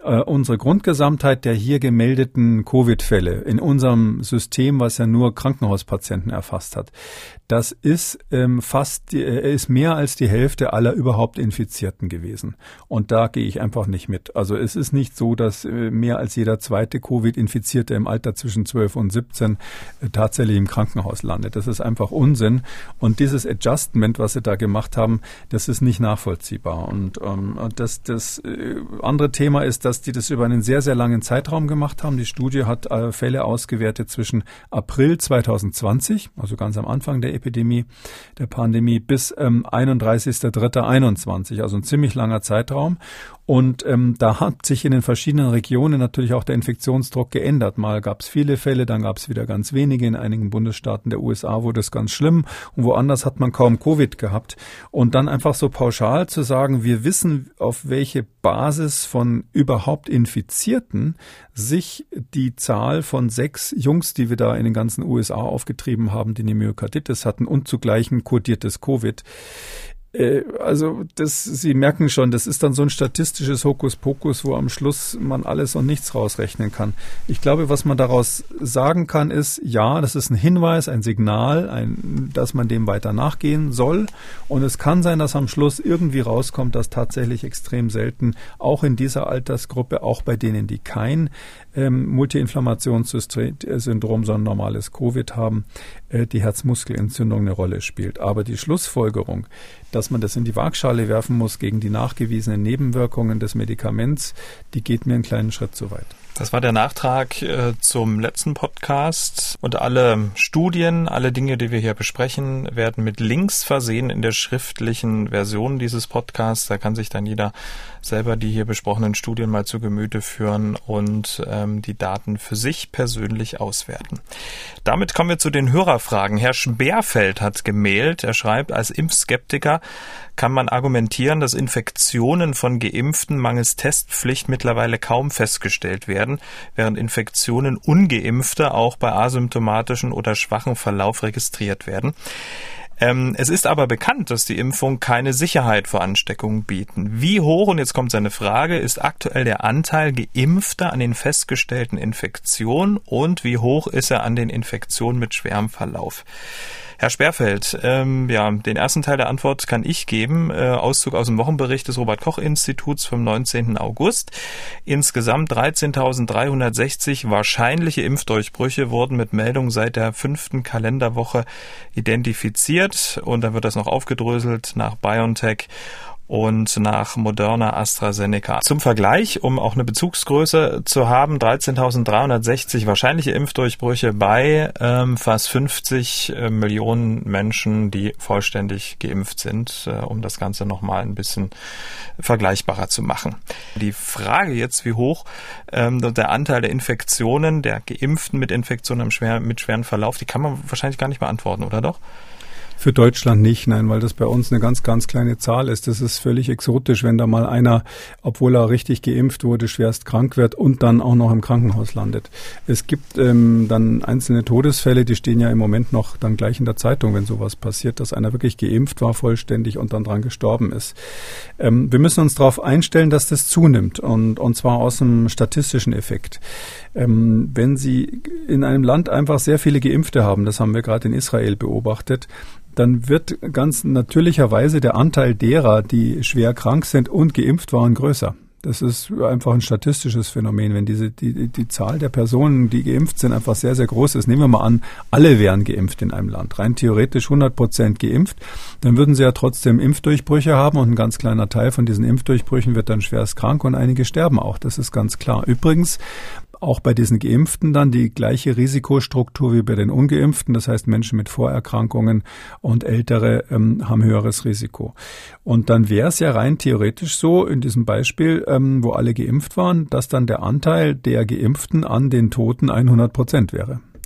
[SPEAKER 3] äh, unsere Grundgesamtheit der hier gemeldeten Covid-Fälle in unserem System, was ja nur Krankenhauspatienten erfasst hat, das ist ähm, fast, äh, ist mehr als die Hälfte aller überhaupt Infizierten gewesen. Und da gehe ich einfach nicht mit. Also es ist nicht so, dass äh, mehr als jeder zweite Covid-Infizierte im Alter zwischen zwölf und siebzehn äh, tatsächlich im Krankenhaus landet. Das ist einfach Unsinn. Und dieses Adjustment, was sie da gemacht haben, das ist nicht nachvollziehbar. Und ähm, das, das äh, andere Thema ist, dass die das über einen sehr, sehr langen Zeitraum gemacht haben. Die Studie hat äh, Fälle ausgewertet zwischen April zwanzig zwanzig, also ganz am Anfang der Epidemie, der Pandemie, bis ähm, einunddreißigster dritter einundzwanzig, also ein ziemlich langer Zeitraum. Und ähm, da hat sich in den verschiedenen Regionen natürlich auch der Infektionsdruck geändert. Mal gab es viele Fälle, dann gab es wieder ganz wenige. In einigen Bundesstaaten der U S A wurde es ganz schlimm und woanders hat man kaum Covid gehabt. Und dann einfach so pauschal zu sagen, wir wissen, auf welche Basis von überhaupt Infizierten sich die Zahl von sechs Jungs, die wir da in den ganzen U S A aufgetrieben haben, die eine Myokarditis hatten und zugleich ein kodiertes Covid. Also das, Sie merken schon, das ist dann so ein statistisches Hokuspokus, wo am Schluss man alles und nichts rausrechnen kann. Ich glaube, was man daraus sagen kann, ist, ja, das ist ein Hinweis, ein Signal, ein, dass man dem weiter nachgehen soll. Und es kann sein, dass am Schluss irgendwie rauskommt, dass tatsächlich extrem selten, auch in dieser Altersgruppe, auch bei denen, die kein ähm, Multi-Inflammationssyndrom, sondern normales Covid haben, äh, die Herzmuskelentzündung eine Rolle spielt. Aber die Schlussfolgerung, dass man das in die Waagschale werfen muss gegen die nachgewiesenen Nebenwirkungen des Medikaments, die geht mir einen kleinen Schritt zu weit.
[SPEAKER 2] Das war der Nachtrag äh, zum letzten Podcast. Und alle Studien, alle Dinge, die wir hier besprechen, werden mit Links versehen in der schriftlichen Version dieses Podcasts. Da kann sich dann jeder selber die hier besprochenen Studien mal zu Gemüte führen und ähm, die Daten für sich persönlich auswerten. Damit kommen wir zu den Hörerfragen. Herr Sperfeld hat gemailt. Er schreibt, als Impfskeptiker kann man argumentieren, dass Infektionen von Geimpften mangels Testpflicht mittlerweile kaum festgestellt werden, während Infektionen Ungeimpfter auch bei asymptomatischen oder schwachen Verlauf registriert werden. Ähm, es ist aber bekannt, dass die Impfung keine Sicherheit vor Ansteckungen bieten. Wie hoch, und jetzt kommt seine Frage, ist aktuell der Anteil Geimpfter an den festgestellten Infektionen und wie hoch ist er an den Infektionen mit schwerem Verlauf? Herr Sperfeld, ähm, ja, den ersten Teil der Antwort kann ich geben. Äh, Auszug aus dem Wochenbericht des Robert-Koch-Instituts vom neunzehnten August. Insgesamt dreizehntausenddreihundertsechzig wahrscheinliche Impfdurchbrüche wurden mit Meldung seit der fünften Kalenderwoche identifiziert. Und dann wird das noch aufgedröselt nach BioNTech und nach Moderna, AstraZeneca. Zum Vergleich, um auch eine Bezugsgröße zu haben, dreizehntausenddreihundertsechzig wahrscheinliche Impfdurchbrüche bei ähm, fast fünfzig äh, Millionen Menschen, die vollständig geimpft sind, äh, um das Ganze nochmal ein bisschen vergleichbarer zu machen. Die Frage jetzt, wie hoch ähm, der Anteil der Infektionen, der Geimpften mit Infektionen im schwer, mit schweren Verlauf, die kann man wahrscheinlich gar nicht beantworten, oder doch?
[SPEAKER 3] Für Deutschland nicht, nein, weil das bei uns eine ganz, ganz kleine Zahl ist. Das ist völlig exotisch, wenn da mal einer, obwohl er richtig geimpft wurde, schwerst krank wird und dann auch noch im Krankenhaus landet. Es gibt ähm, dann einzelne Todesfälle, die stehen ja im Moment noch dann gleich in der Zeitung, wenn sowas passiert, dass einer wirklich geimpft war vollständig und dann dran gestorben ist. Ähm, wir müssen uns darauf einstellen, dass das zunimmt und, und zwar aus einem statistischen Effekt. Ähm, wenn Sie in einem Land einfach sehr viele Geimpfte haben, das haben wir gerade in Israel beobachtet, dann wird ganz natürlicherweise der Anteil derer, die schwer krank sind und geimpft waren, größer. Das ist einfach ein statistisches Phänomen, wenn diese die die Zahl der Personen, die geimpft sind, einfach sehr, sehr groß ist. Nehmen wir mal an, alle wären geimpft in einem Land, rein theoretisch hundert Prozent geimpft, dann würden sie ja trotzdem Impfdurchbrüche haben und ein ganz kleiner Teil von diesen Impfdurchbrüchen wird dann schwerst krank und einige sterben auch, das ist ganz klar. Übrigens, auch bei diesen Geimpften dann die gleiche Risikostruktur wie bei den Ungeimpften. Das heißt, Menschen mit Vorerkrankungen und Ältere ähm, haben höheres Risiko. Und dann wäre es ja rein theoretisch so, in diesem Beispiel, ähm, wo alle geimpft waren, dass dann der Anteil der Geimpften an den Toten hundert Prozent wäre.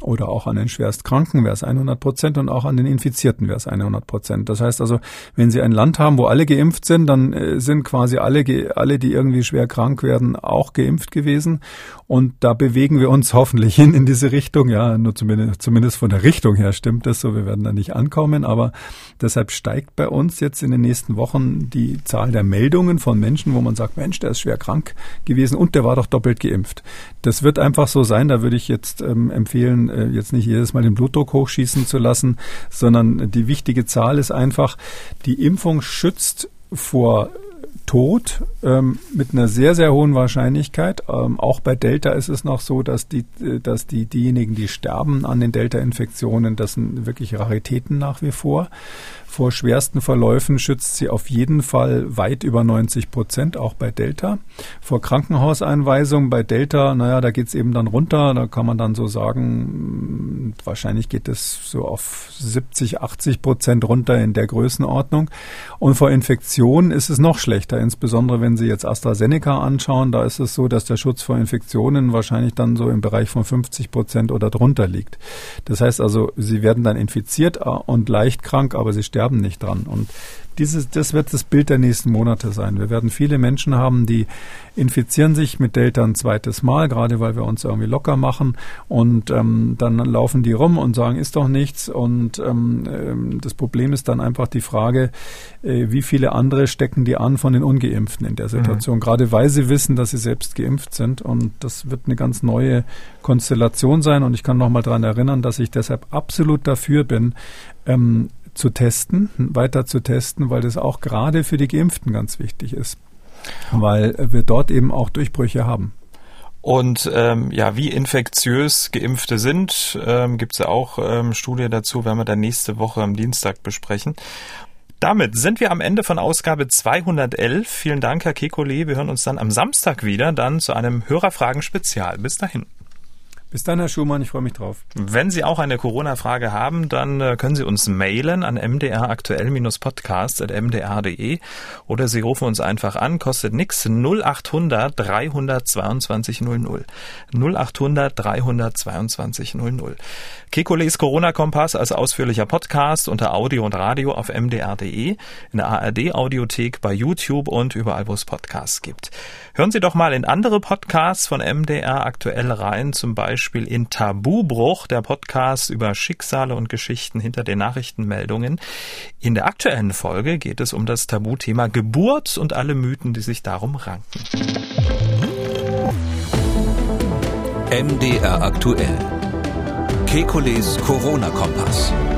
[SPEAKER 3] oder auch an den Schwerstkranken wäre es hundert Prozent und auch an den Infizierten wäre es hundert Prozent. Das heißt also, wenn Sie ein Land haben, wo alle geimpft sind, dann äh, sind quasi alle, alle, die irgendwie schwer krank werden, auch geimpft gewesen. Und da bewegen wir uns hoffentlich hin in diese Richtung. Ja, nur zumindest, zumindest von der Richtung her stimmt das so. Wir werden da nicht ankommen. Aber deshalb steigt bei uns jetzt in den nächsten Wochen die Zahl der Meldungen von Menschen, wo man sagt, Mensch, der ist schwer krank gewesen und der war doch doppelt geimpft. Das wird einfach so sein. Da würde ich jetzt ähm, empfehlen, äh, jetzt nicht jedes Mal den Blutdruck hochschießen zu lassen, sondern die wichtige Zahl ist einfach, die Impfung schützt vor Tod ähm, mit einer sehr, sehr hohen Wahrscheinlichkeit. Ähm, auch bei Delta ist es noch so, dass die, dass die diejenigen, die sterben an den Delta-Infektionen, das sind wirklich Raritäten nach wie vor. Vor schwersten Verläufen schützt sie auf jeden Fall weit über neunzig Prozent, auch bei Delta. Vor Krankenhauseinweisung bei Delta, naja, da geht es eben dann runter. Da kann man dann so sagen, wahrscheinlich geht es so auf siebzig, achtzig Prozent runter in der Größenordnung. Und vor Infektionen ist es noch schlechter, insbesondere wenn Sie jetzt AstraZeneca anschauen. Da ist es so, dass der Schutz vor Infektionen wahrscheinlich dann so im Bereich von fünfzig Prozent oder drunter liegt. Das heißt also, Sie werden dann infiziert und leicht krank, aber Sie sterben nicht dran. Und dieses, das wird das Bild der nächsten Monate sein. Wir werden viele Menschen haben, die infizieren sich mit Delta ein zweites Mal, gerade weil wir uns irgendwie locker machen. Und ähm, dann laufen die rum und sagen, ist doch nichts. Und ähm, das Problem ist dann einfach die Frage, äh, wie viele andere stecken die an von den Ungeimpften in der Situation. Mhm. Gerade weil sie wissen, dass sie selbst geimpft sind. Und das wird eine ganz neue Konstellation sein. Und ich kann noch mal daran erinnern, dass ich deshalb absolut dafür bin, ähm, zu testen, weiter zu testen, weil das auch gerade für die Geimpften ganz wichtig ist, weil wir dort eben auch Durchbrüche haben.
[SPEAKER 2] Und ähm, ja, wie infektiös Geimpfte sind, ähm, gibt es ja auch ähm, Studie dazu, werden wir dann nächste Woche am Dienstag besprechen. Damit sind wir am Ende von Ausgabe zweihundertelf. Vielen Dank, Herr Kekulé. Wir hören uns dann am Samstag wieder, dann zu einem Hörerfragen-Spezial. Bis dahin.
[SPEAKER 3] Bis dann, Herr Schumann, ich freue mich drauf.
[SPEAKER 2] Wenn Sie auch eine Corona-Frage haben, dann äh, können Sie uns mailen an m d r aktuell podcast at m d r punkt d e oder Sie rufen uns einfach an, kostet nix, null achthundert dreihundertzweiundzwanzig null null. null achthundert dreihundertzweiundzwanzig null null. Kekulés Corona-Kompass als ausführlicher Podcast unter Audio und Radio auf m d r punkt d e, in der A R D-Audiothek, bei YouTube und überall, wo es Podcasts gibt. Hören Sie doch mal in andere Podcasts von M D R aktuell rein, zum Beispiel in Tabubruch, der Podcast über Schicksale und Geschichten hinter den Nachrichtenmeldungen. In der aktuellen Folge geht es um das Tabuthema Geburt und alle Mythen, die sich darum ranken.
[SPEAKER 1] M D R aktuell. Kekulés Corona-Kompass.